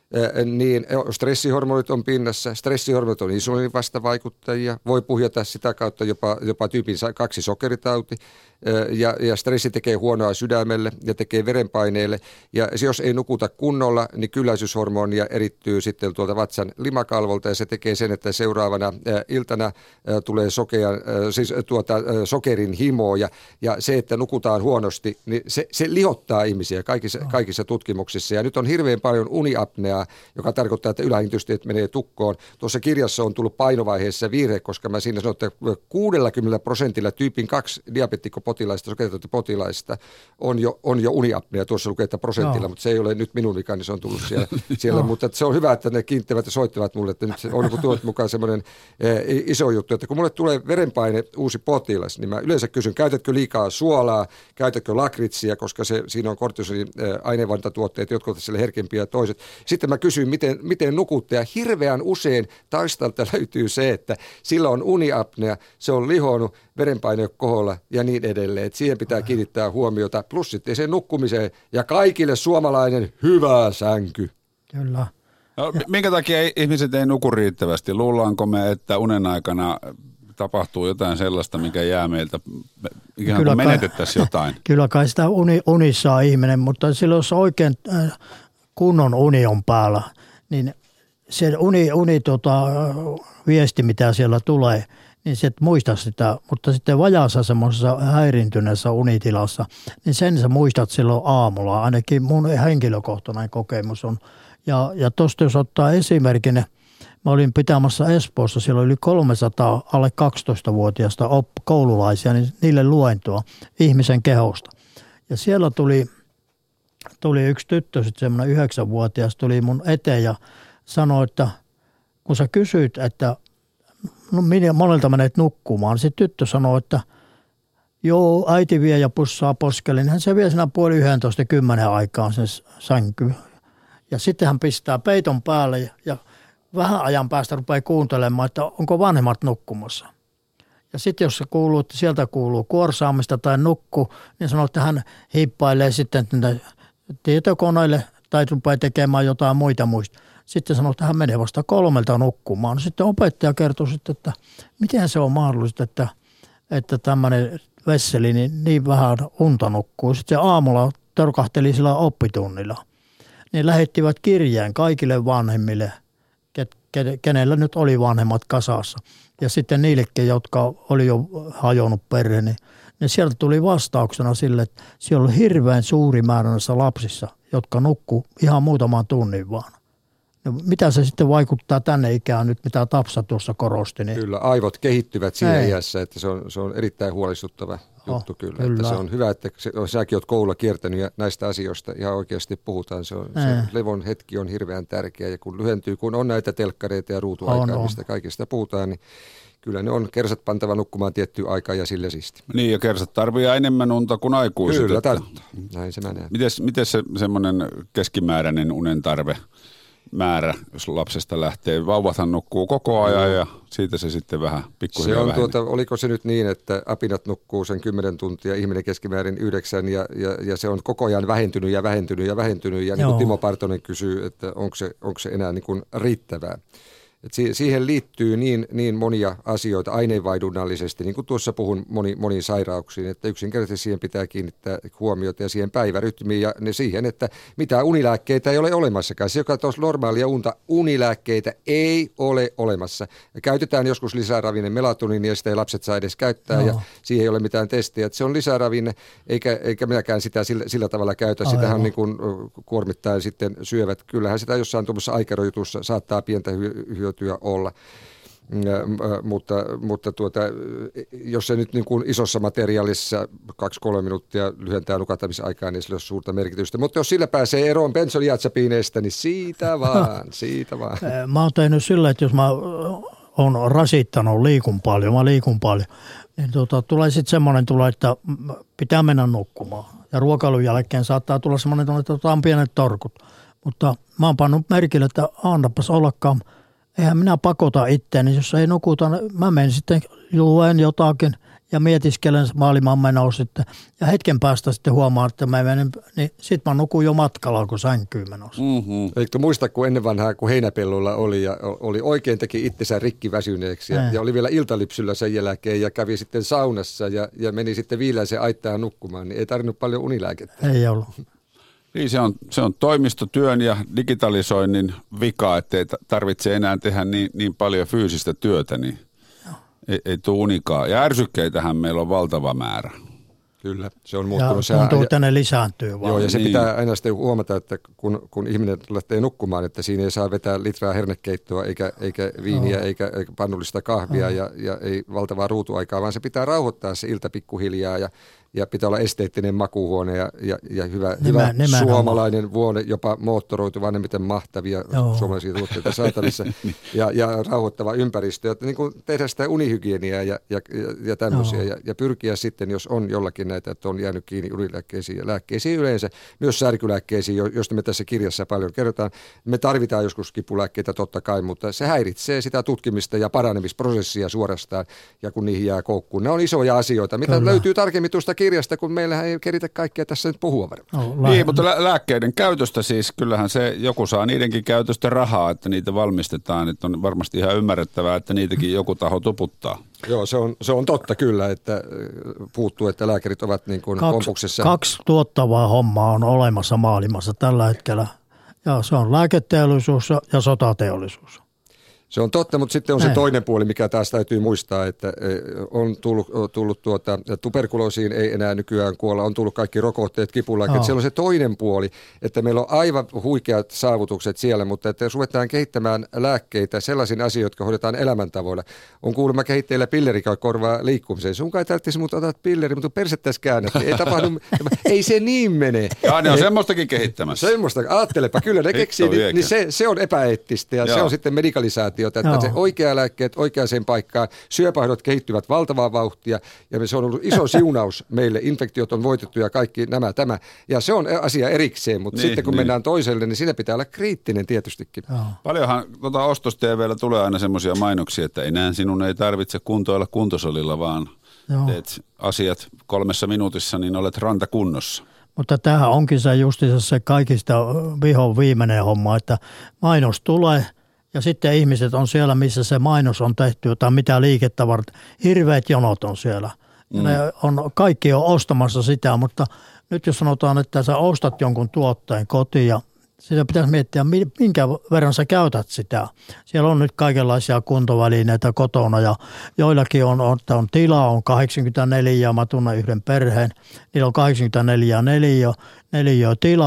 niin stressihormonit on pinnassa. Stressihormonit on insuliinin vastavaikuttajia. Voi puhjata sitä kautta jopa, jopa tyypin kaksi sokeritauti. Ja, ja stressi tekee huonoa sydämelle ja tekee verenpaineelle. Ja jos ei nukuta kunnolla, niin kylläisyyshormonia erittyy sitten tuolta vatsan limakalvolta. Ja se tekee sen, että seuraavana iltana tulee sokean, siis tuota, sokerin himoa. Ja, ja se, että nukutaan huonosti, niin se, se lihottaa ihmisiä kaikissa, kaikissa tutkimuksissa. Ja nyt on hirveän paljon uniapneaa, joka tarkoittaa, että yläintysteet menee tukkoon. Tuossa kirjassa on tullut painovaiheessa virhe, koska mä siinä sanon, että kuudellakymmenellä prosentilla tyypin kaksi diabetikkopotilaista, sokeritautipotilaista on jo, on jo uniapnea. Tuossa lukee, että prosentilla, no. mutta se ei ole nyt minun vikani, se on tullut siellä. siellä. No. Mutta se on hyvä, että ne kiinnittävät ja soittavat mulle, että nyt se on niin tuot mukaan semmoinen eh, iso juttu, että kun mulle tulee verenpaine uusi potilas, niin mä yleensä kysyn, käytätkö liikaa suolaa, käytätkö lakritsia, koska se, siinä on kortisolin eh, aineenvantatuotteet, jotka ovat siellä herkempiä ja toiset. Sitten mä kysyin, miten, miten nukutte, ja hirveän usein taustalta löytyy se, että sillä on uniapnea, se on lihonut, verenpaine koholla ja niin edelleen. Et siihen pitää kiinnittää huomiota, plus sitten sen nukkumiseen ja kaikille suomalainen hyvä sänky. Kyllä. No, minkä takia ihmiset ei nuku riittävästi? Luullaanko me, että unen aikana tapahtuu jotain sellaista, mikä jää meiltä, ikään kuin menetettäisiin jotain? Kyllä kai sitä uni, unissa ihminen, mutta silloin jos oikein kunnon uni on päällä, niin se uni, uni tota, viesti, mitä siellä tulee, niin se et muista sitä, mutta sitten vajaassa semmoisessa häirintyneessä unitilassa, niin sen sä muistat silloin aamulla, ainakin mun henkilökohtainen kokemus on. Ja, ja tuosta jos ottaa esimerkin, mä olin pitämässä Espoossa, siellä oli yli kolmesataa alle kaksitoistavuotiaista koululaisia, niin niille luentoa ihmisen kehosta. Ja siellä tuli, tuli yksi tyttö, sitten semmoinen yhdeksänvuotias, tuli mun eteen ja sanoi, että kun sä kysyit, että no monelta menet nukkumaan, se tyttö sanoi, että joo, äiti vie ja pussaa poskelle, niin hän se vie siinä puoli yhdentoista kymmenen aikaan sen sänky. Ja sitten hän pistää peiton päälle ja vähän ajan päästä rupeaa kuuntelemaan, että onko vanhemmat nukkumassa. Ja sitten jos se kuuluu, että sieltä kuuluu kuorsaamista tai nukku, niin sanoo, että hän hiippailee sitten tietokoneille tai rupeaa tekemään jotain muita muista. Sitten sanoi, että hän menee vasta kolmelta nukkumaan. Sitten opettaja kertoi sitten, että miten se on mahdollista, että, että tämmöinen vesseli niin, niin vähän unta nukkuu. Sitten se aamulla torkahteli sillä oppitunnilla. Niin lähettivät kirjeen kaikille vanhemmille, kenellä nyt oli vanhemmat kasassa. Ja sitten niillekin, jotka oli jo hajonnut perhe, niin, niin sieltä tuli vastauksena sille, että siellä oli hirveän suuri määrä näissä lapsissa, jotka nukkuu ihan muutaman tunnin vaan. No, mitä se sitten vaikuttaa tänne ikään nyt, mitä Tapsa tuossa korosti? Niin... Kyllä, aivot kehittyvät siinä Ei. iässä, että se on, se on erittäin huolestuttava oh, juttu kyllä. kyllä. Että se on hyvä, että se, sinäkin olet koululla kiertänyt ja näistä asioista ihan oikeasti puhutaan. Se, on, se levon hetki on hirveän tärkeä ja kun lyhentyy, kun on näitä telkkareita ja ruutuaikaa, oh, mistä kaikista puhutaan, niin kyllä ne on kersat pantava nukkumaan tiettyä aikaa ja sille siisti. Niin ja kersat tarvitsee enemmän unta kuin aikuiset. Kyllä, että... näin se menee. Mites, mites se semmoinen keskimääräinen unen tarve? Määrä, jos lapsesta lähtee. Vauvathan nukkuu koko ajan ja siitä se sitten vähän pikkuhiljaa se on vähenee. tuota, oliko se nyt niin, että apinat nukkuu sen kymmenen tuntia, ihminen keskimäärin yhdeksän ja, ja, ja se on koko ajan vähentynyt ja vähentynyt ja vähentynyt. Ja niin kuin Timo Partonen kysyy, että onko se, onko se enää niin kuin riittävää. Et siihen liittyy niin, niin monia asioita aineenvaihdunnallisesti, niin kuin tuossa puhun moni, moniin sairauksiin, että yksinkertaisesti siihen pitää kiinnittää huomiota ja siihen päivärytmiin ja ne siihen, että mitään unilääkkeitä ei ole olemassakaan. Se, joka tuossa normaalia unta, unilääkkeitä ei ole olemassa. Ja käytetään joskus lisäravinne melatoniini ja sitä ei lapset saa edes käyttää no. ja siihen ei ole mitään testiä. Et se on lisäravinne, eikä, eikä minäkään sitä sillä, sillä tavalla käytä. Aivan. Sitähän niin kuin kuormittain sitten syövät. Kyllähän sitä jossain tuossa aikarojutussa saattaa pientä hyötyä olla, mutta, mutta tuota, jos se nyt niin kuin isossa materiaalissa kaksi kolme minuuttia lyhentää nukahtamisaikaa, niin sillä on suurta merkitystä. Mutta jos sillä pääsee eroon benzodiazepiineistä, niin siitä vaan, siitä vaan. Mä oon tehnyt sillä, että jos mä oon rasittanut, liikun paljon, mä liikun paljon, niin tuota, tulee sitten semmoinen tulo, että pitää mennä nukkumaan. Ja ruokailun jälkeen saattaa tulla semmoinen, että otetaan pienet torkut. Mutta mä oon pannut merkille, että annapas ollakaan. Eihän minä pakota itseäni, jos ei nukuta. Mä menen sitten, luen jotakin ja mietiskelen maailman menoa sitten. Ja hetken päästä sitten huomaan, että mä menen, niin sitten mä nukun jo matkalla, kun sänkyyn menossa. Mm-hmm. Eikö muista, kun ennen vanhaa, kun heinäpellolla oli ja oli oikein teki itsensä rikkiväsyneeksi ja, ja oli vielä iltalipsyllä sen jälkeen ja kävi sitten saunassa ja, ja meni sitten viiläiseen aittaan nukkumaan, niin ei tarvinnut paljon unilääkettä. Ei ollut. Niin se on, se on toimistotyön ja digitalisoinnin vika, ettei tarvitse enää tehdä niin, niin paljon fyysistä työtä, niin ei, ei tule unikaa. Ja ärsykkeitähän meillä on valtava määrä. Kyllä, se on muuttunut. Ja tuntuu, että ne lisääntyy vaan. Joo, ja se niin. pitää aina sitten huomata, että kun, kun ihminen lähtee nukkumaan, että siinä ei saa vetää litraa hernekeittoa, eikä, eikä viiniä, no. eikä, eikä pannullista kahvia no. ja, ja ei valtavaa ruutuaikaa, vaan se pitää rauhoittaa se ilta pikkuhiljaa ja Ja pitää olla esteettinen makuuhuone ja, ja, ja hyvä, Nimä, hyvä suomalainen vuone, jopa moottoroituva, miten mahtavia Joo. suomalaisia tuotteita saatavissa ja, ja rauhoittava ympäristö. Että niin kuin tehdä sitä unihygieniaa ja, ja, ja tämmöisiä ja, ja pyrkiä sitten, jos on jollakin näitä, että on jäänyt kiinni unilääkkeisiin ja lääkkeisiin yleensä, myös särkylääkkeisiin, josta me tässä kirjassa paljon kerrotaan. Me tarvitaan joskus kipulääkkeitä totta kai, mutta se häiritsee sitä tutkimista ja paranemisprosessia suorastaan ja kun niihin jää koukkuun. Nämä on isoja asioita, mitä Kyllä. löytyy tarkemmin tuosta kirjasta, kun meillähän ei keritä kaikkea tässä nyt puhua varmaan. No, niin, mutta lä- lääkkeiden käytöstä siis, kyllähän se, joku saa niidenkin käytöstä rahaa, että niitä valmistetaan, että on varmasti ihan ymmärrettävää, että niitäkin joku taho tuputtaa. Joo, se on, se on totta kyllä, että puuttuu, että lääkärit ovat niin kuin kaksi, kompuksessa. Kaksi tuottavaa hommaa on olemassa maailmassa tällä hetkellä, ja se on lääketeollisuus ja sotateollisuus. Se on totta, mutta sitten on Näin. se toinen puoli, mikä taas täytyy muistaa, että on tullut, tullut tuota, tuberkuloosiin ei enää nykyään kuolla, on tullut kaikki rokotteet, kipulääkkeet. Siellä on se toinen puoli, että meillä on aivan huikeat saavutukset siellä, mutta että jos ruvetaan kehittämään lääkkeitä sellaisiin asioihin, jotka hoidetaan elämäntavoilla. On kuulemma kehitteillä pilleri, joka korvaa liikkumiseen. Sun kai tarvitsisi, mutta otat pilleri, mutta persettäisi käännät. Ei tapahdu, ei se niin mene. Ja ne on semmoistakin kehittämässä. Semmoista, ajattelepa, kyllä ne keksii, niin, niin se, se on epäeettistä ja Joo. se on sitten medikalisaatio. Että Joo. se oikea lääkkeet oikeaan paikkaan, syöpähoidot kehittyvät valtavaa vauhtia ja se on ollut iso siunaus meille, infektiot on voitettu ja kaikki nämä tämä. Ja se on asia erikseen, mutta niin, sitten kun niin. mennään toiselle, niin siinä pitää olla kriittinen tietystikin. Joo. Paljonhan tuota Ostos-TV:llä tulee aina semmoisia mainoksia, että enää sinun ei tarvitse kuntoilla kuntosalilla, vaan Joo. teet asiat kolmessa minuutissa, niin olet rantakunnossa. Mutta tämähän onkin se justiinsa se kaikista vihon viimeinen homma, että mainos tulee ja sitten ihmiset on siellä, missä se mainos on tehty tai mitä liikettä varten. Hirveät jonot on siellä. Mm. Ne on, kaikki on ostamassa sitä, mutta nyt jos sanotaan, että sä ostat jonkun tuotteen kotiin ja sitä pitäisi miettiä, minkä verran sä käytät sitä. Siellä on nyt kaikenlaisia kuntovälineitä kotona ja joillakin on, on, on tilaa, on kahdeksankymmentäneljä, mä tunnen yhden perheen, niillä on kahdeksankymmentäneljä neliö, neliö tilaa,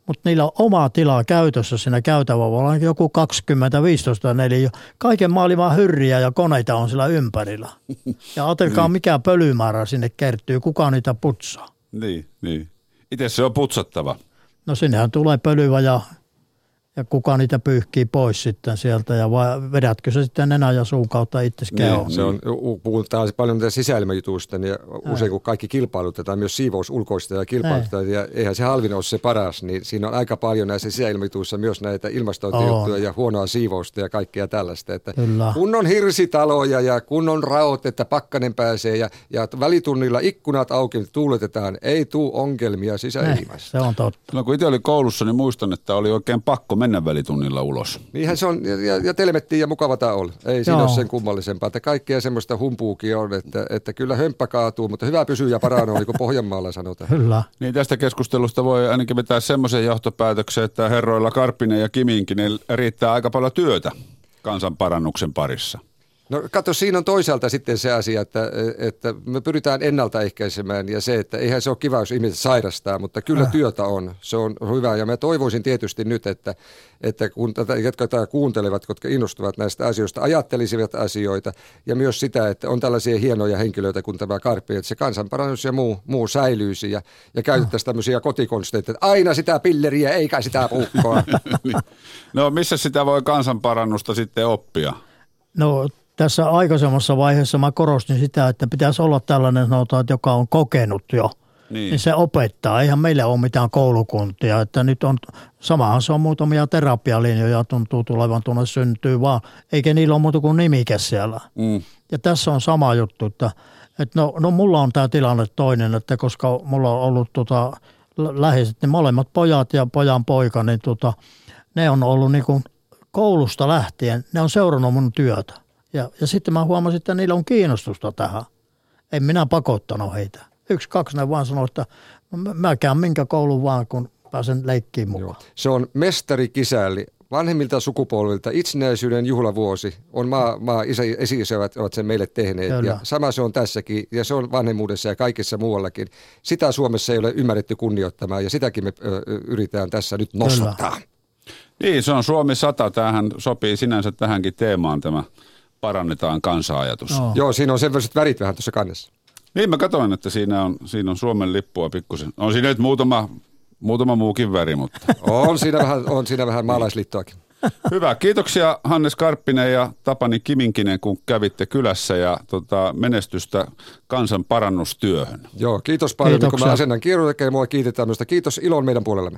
mutta niillä on oma tila käytössä siinä käytävällä, on joku kaksikymmentä viisitoista neliö. Kaiken maailman hyrriä ja koneita on sillä ympärillä. Ja ajatelkaa, mikä pölymäärä sinne kertyy, kuka niitä putsaa. Niin, niin. Itse se on putsattava. No sinnehän tulee pölyvä ja, ja kuka niitä pyyhkii pois sitten sieltä ja vai vedätkö se sitten nenä ja suun kautta itse kehoon? Niin, se on, puhutaan paljon näitä sisäilmajutuista ja usein kun kaikki kilpailutetaan, myös siivous ulkoista ja kilpailutetaan ja eihän se halvin ole se paras, niin siinä on aika paljon näissä sisäilmajutuissa myös näitä ilmastointijuttuja ja huonoa siivousta ja kaikkea tällaista. Että kun on hirsitaloja ja kun on raot, että pakkanen pääsee ja, ja välitunnilla ikkunat auki tuuletetaan, ei tule ongelmia sisäilmassa. Se on totta. No, kun itse oli koulussa, niin muistan, että oli oikein pakko mennä välitunnilla ulos. Niinhän se on, ja, ja telemettiin ja mukava tämä oli. Ei siinä ole sen kummallisempaa, että kaikkea semmoista humpuukin on, että, että kyllä hömppä kaatuu, mutta hyvä pysyy ja paranoo, niin kuin Pohjanmaalla sanotaan. Kyllä. Niin tästä keskustelusta voi ainakin vetää semmoisen johtopäätöksen, että herroilla Karppinen ja Kiminkinen riittää aika paljon työtä kansanparannuksen parissa. No katso, siinä on toisaalta sitten se asia, että, että me pyritään ennaltaehkäisemään ja se, että eihän se ole kiva, jos ihmiset sairastaa, mutta kyllä äh. työtä on. Se on hyvä ja mä toivoisin tietysti nyt, että, että kun tätä, jotka tätä kuuntelevat, jotka innostuvat näistä asioista, ajattelisivat asioita ja myös sitä, että on tällaisia hienoja henkilöitä kuin tämä Karppinen, että se kansanparannus ja muu, muu säilyisi ja, ja käytettäisiin tämmöisiä kotikonsteita, että aina sitä pilleriä eikä sitä puukkoa. No missä sitä voi kansanparannusta sitten oppia? No tässä aikaisemmassa vaiheessa mä korostin sitä, että pitäisi olla tällainen, sanotaan, että joka on kokenut jo. Niin. niin se opettaa. Eihän meillä ole mitään koulukuntia. Että nyt on, samahan se on muutamia terapialinjoja tuntuu tulevan tuonne syntyy vaan, eikä niillä ole muuta kuin nimike siellä. Mm. Ja tässä on sama juttu, että, että no, no mulla on tämä tilanne toinen, että koska mulla on ollut tota, läheiset, niin molemmat pojat ja pojan poika, niin tota, ne on ollut niin kuin koulusta lähtien, ne on seurannut mun työtä. Ja, ja sitten mä huomasin, että niillä on kiinnostusta tähän. En minä pakottanut heitä. Yksi, kaksi ne vaan sanoi, että mä käyn minkä koulun vaan, kun pääsen leikkiin mukaan. Joo. Se on mestarikisälli. Vanhemmilta sukupolvilta itsenäisyyden juhlavuosi on maa, maa isä, esi-isät ovat sen meille tehneet. Kyllä. Ja sama se on tässäkin ja se on vanhemmuudessa ja kaikissa muuallakin. Sitä Suomessa ei ole ymmärretty kunnioittamaan ja sitäkin me ö, yritetään tässä nyt nostaa. Kyllä. Niin, se on Suomi sata. Tämähän sopii sinänsä tähänkin teemaan tämä parannetaan kansa-ajatus. No. Joo, siinä on sellaiset värit vähän tuossa kannessa. Niin, mä katsoin, että siinä on, siinä on Suomen lippua pikkusen. On siinä nyt muutama, muutama muukin väri, mutta... on, siinä vähän, on siinä vähän maalaisliittoakin. Hyvä. Kiitoksia Hannes Karppinen ja Tapani Kiminkinen, kun kävitte kylässä ja tota, menestystä kansan parannustyöhön. Joo, kiitos paljon. Kiitoksia. Kun mä asennan kirjoitekeen, mua kiitetään. Kiitos, ilo on meidän puolellamme.